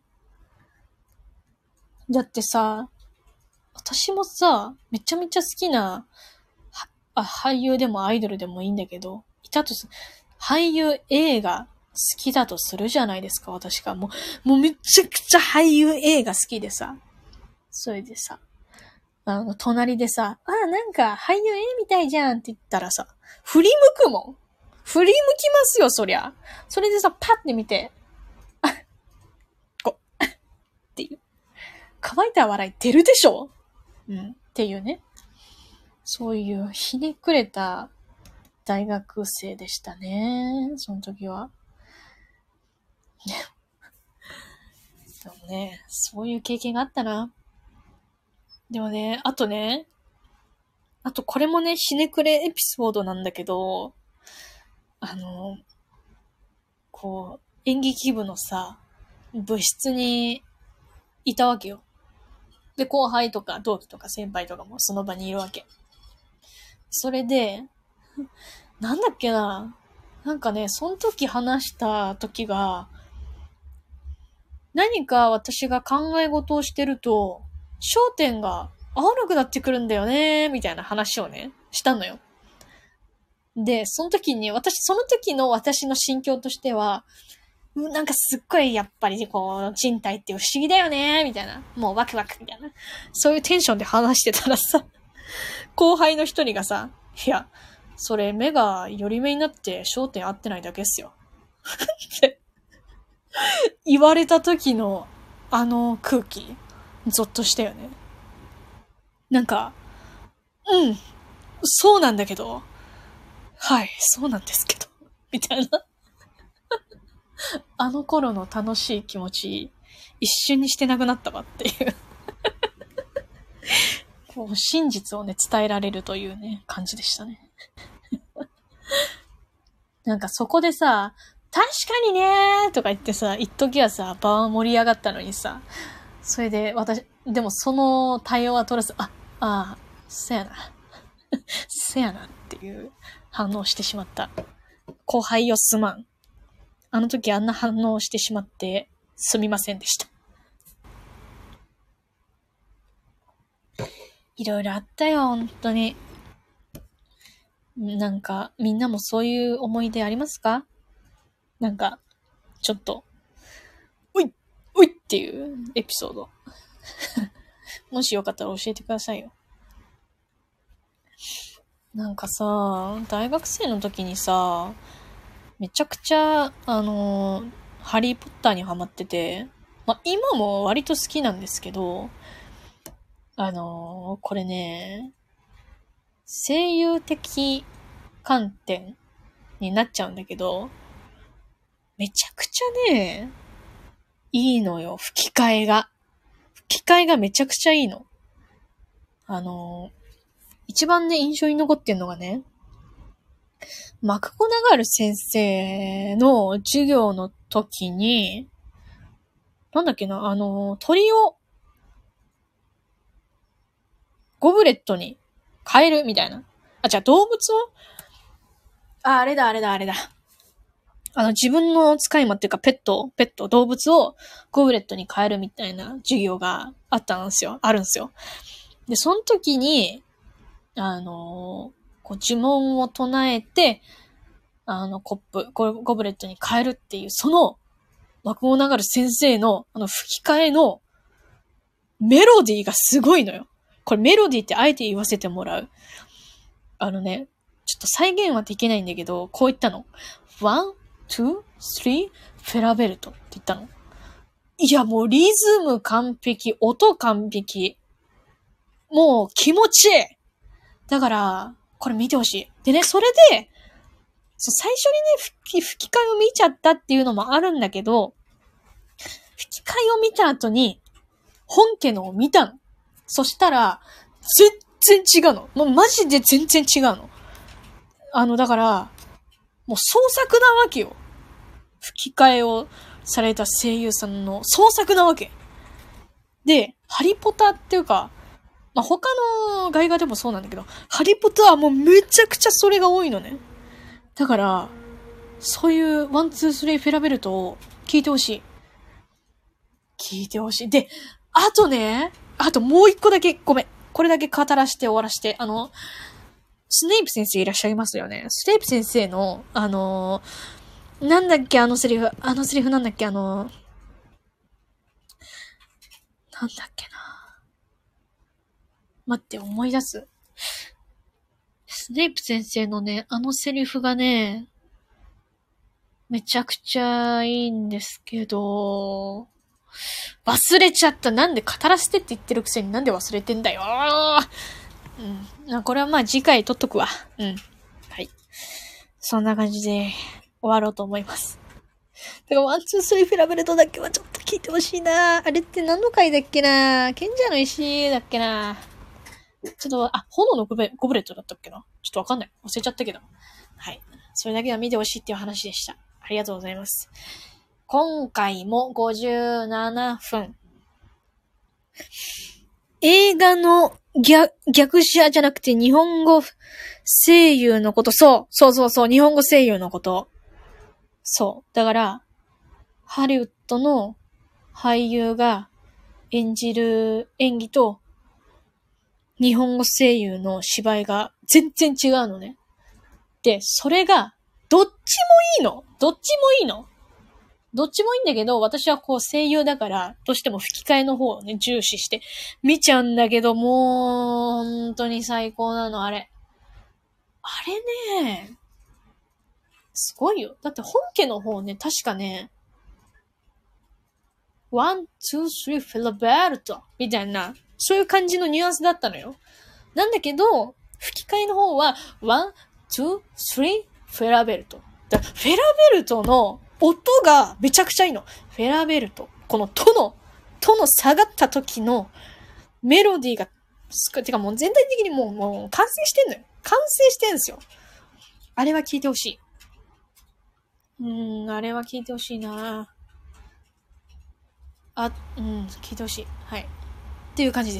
だってさ、私もさ、めちゃめちゃ好きな、あ、俳優でもアイドルでもいいんだけど、いたとす、俳優映画好きだとするじゃないですか、私が。もう、もうめちゃくちゃ俳優映画好きでさ。それでさ、あの、隣でさ、あ、なんか俳優絵みたいじゃんって言ったらさ、振り向くもん。振り向きますよ、そりゃ。それでさ、パッて見て、あ、こう、っていう。乾いた笑い出るでしょ？うん。っていうね。そういうひねくれた大学生でしたね。その時は。でもね、そういう経験があったな。でもね、あとね、あとこれもね、ひねくれエピソードなんだけど、あの、こう、演劇部のさ、部室にいたわけよ。で、後輩とか同期とか先輩とかもその場にいるわけ。それで、なんだっけな、なんかね、その時話した時が、何か私が考え事をしてると、焦点が合わなくなってくるんだよね、みたいな話をね、したのよ。で、その時に、私、その時の私の心境としては、なんかすっごいやっぱりこう、人体って不思議だよね、みたいな。もうワクワクみたいな。そういうテンションで話してたらさ、後輩の一人がさ、いや、それ目が寄り目になって焦点合ってないだけっすよ。って言われた時のあの空気、ゾッとしたよね。なんか、うん、そうなんだけど、はい、そうなんですけど、みたいな。あの頃の楽しい気持ち、一瞬にしてなくなったわっていう。こう真実をね、伝えられるというね、感じでしたね。なんかそこでさ、確かにねーとか言ってさ、一時はさ、場は盛り上がったのにさ、それで私、でもその対応は取らず、あ、ああ、せやな。せやなっていう反応してしまった。後輩よすまん。あの時あんな反応をしてしまってすみませんでした。いろいろあったよ、本当に。なんか、みんなもそういう思い出ありますか？なんか、ちょっと、うい、ういっていうエピソード。もしよかったら教えてくださいよ。なんかさ、大学生の時にさ、めちゃくちゃ、あのー、ハリーポッターにハマってて、まあ、今も割と好きなんですけど、あのー、これね、声優的観点になっちゃうんだけど、めちゃくちゃね、いいのよ、吹き替えが。吹き替えがめちゃくちゃいいの。あのー、一番ね、印象に残ってんのがね、 マクゴナガル先生の授業の時に、なんだっけな、あの、鳥をゴブレットに変えるみたいな。あ、じゃあ動物をあ、あれだ、あれだ、あれだ。あの、自分の使い魔っていうかペット、ペット、動物をゴブレットに変えるみたいな授業があったんですよ。あるんですよ。で、その時に、あの、こう呪文を唱えて、あの、コップ、ゴゴブレットに変えるっていう、その、マクゴナガル先生の、あの、吹き替えのメロディーがすごいのよ。これメロディーってあえて言わせてもらう。あのね、ちょっと再現はできないんだけど、こう言ったの。one, two, three, フェラベルトって言ったの。いや、もうリズム完璧、音完璧。もう気持ちいい。だから、これ見てほしい。でね、それで、そう最初にね、吹き、吹き替えを見ちゃったっていうのもあるんだけど、吹き替えを見た後に、本家のを見たの。そしたら、全然違うの。もうマジで全然違うの。あの、だから、もう創作なわけよ。吹き替えをされた声優さんの創作なわけ。で、ハリポタっていうか、まあ、他の外画でもそうなんだけど、ハリポタはもうめちゃくちゃそれが多いのね。だから、そういうワン、ツー、スリーフェラベルトを聞いてほしい。聞いてほしい。で、あとね、あともう一個だけ、ごめん。これだけ語らして終わらして、あの、スネイプ先生いらっしゃいますよね。スネイプ先生の、あの、なんだっけあのセリフ、あのセリフなんだっけあの、なんだっけな。待って、思い出す。スネイプ先生のね、あのセリフがね、めちゃくちゃいいんですけど、忘れちゃった。なんで語らせてって言ってるくせになんで忘れてんだよ。うん。これはまあ次回撮っとくわ。うん。はい。そんな感じで終わろうと思います。てか、ワン、ツー、スリーフェラベルトだけはちょっと聞いてほしいな。あれって何の回だっけな。賢者の石だっけな。ちょっと、あ、炎のゴブレットだったっけな。ちょっとわかんない。忘れちゃったけど。はい。それだけは見てほしいっていう話でした。ありがとうございます。今回もごじゅうななふん。映画の逆、逆者じゃなくて日本語声優のこと、そう、そうそうそう、日本語声優のこと。そう。だから、ハリウッドの俳優が演じる演技と日本語声優の芝居が全然違うのね。で、それがどっちもいいの。どっちもいいの。どっちもいいんだけど、私はこう声優だから、どうしても吹き替えの方をね、重視して見ちゃうんだけど、もう、本当に最高なの、あれ。あれね、すごいよ。だって本家の方ね、確かね、ワン、ツー、スリー、フェラベルトみたいな、そういう感じのニュアンスだったのよ。なんだけど、吹き替えの方は、ワン、ツー、スリー、フェラベルト。だフェラベルトの音がめちゃくちゃいいの。フェラベルト。このトの、トの下がった時のメロディーが、てかもう全体的にもう、もう完成してんのよ。完成してんすよ。あれは聞いてほしい。うーん、あれは聞いてほしいなあ、うん、聞いてほしい。はい。っていう感じです。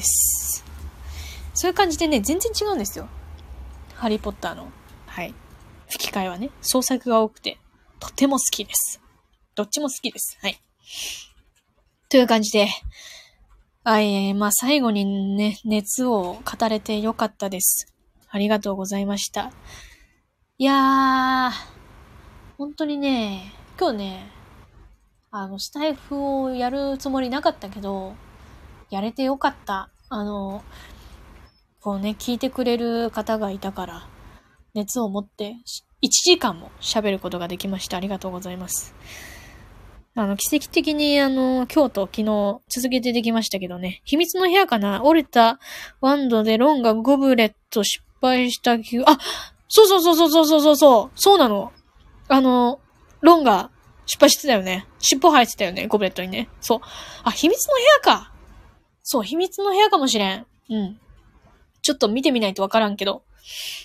そういう感じでね、全然違うんですよ。ハリーポッターの。はい。吹き替えはね、創作が多くて、とても好きです。どっちも好きです。はい。という感じで、あえー、まあ最後にね、熱を語れてよかったです。ありがとうございました。いやー、本当にね、今日ね、あの、スタイフをやるつもりなかったけど、やれてよかった。あの、こうね、聞いてくれる方がいたから、熱を持っていちじかんも喋ることができました。ありがとうございます。あの、奇跡的にあの、今日と昨日続けてできましたけどね。秘密の部屋かな？折れたワンドでロンがゴブレット失敗した気が、あ、そうそうそうそうそうそうそう、そうなの。あの、ロンが失敗してたよね。尻尾生えてたよね、ゴブレットにね。そう。あ、秘密の部屋か。そう、秘密の部屋かもしれん。うん。ちょっと見てみないとわからんけど。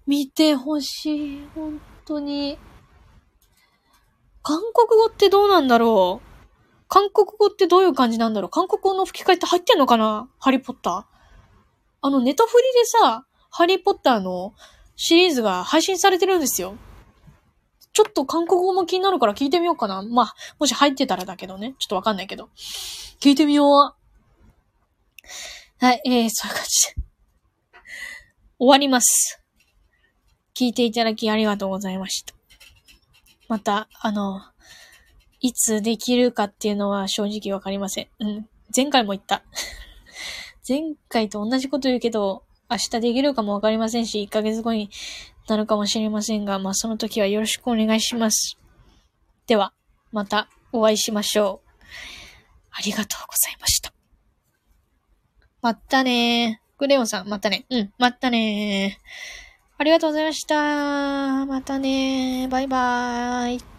見てほしい。本当に。韓国語ってどうなんだろう。韓国語ってどういう感じなんだろう。韓国語の吹き替えって入ってんのかな、ハリーポッター。あの、ネタフリでさ、ハリーポッターのシリーズが配信されてるんですよ。ちょっと韓国語も気になるから聞いてみようかな。まあ、もし入ってたらだけどね。ちょっとわかんないけど。聞いてみよう。はい、えー、そういう感じで。終わります。聞いていただきありがとうございました。また、あの、いつできるかっていうのは正直わかりません。うん。前回も言った。前回と同じこと言うけど、明日できるかもわかりませんし、いっかげつごになるかもしれませんが、まあその時はよろしくお願いします。では、またお会いしましょう。ありがとうございました。またねー。クレヨンさん、またね。うん、またねー。ありがとうございました。またねー。バイバーイ。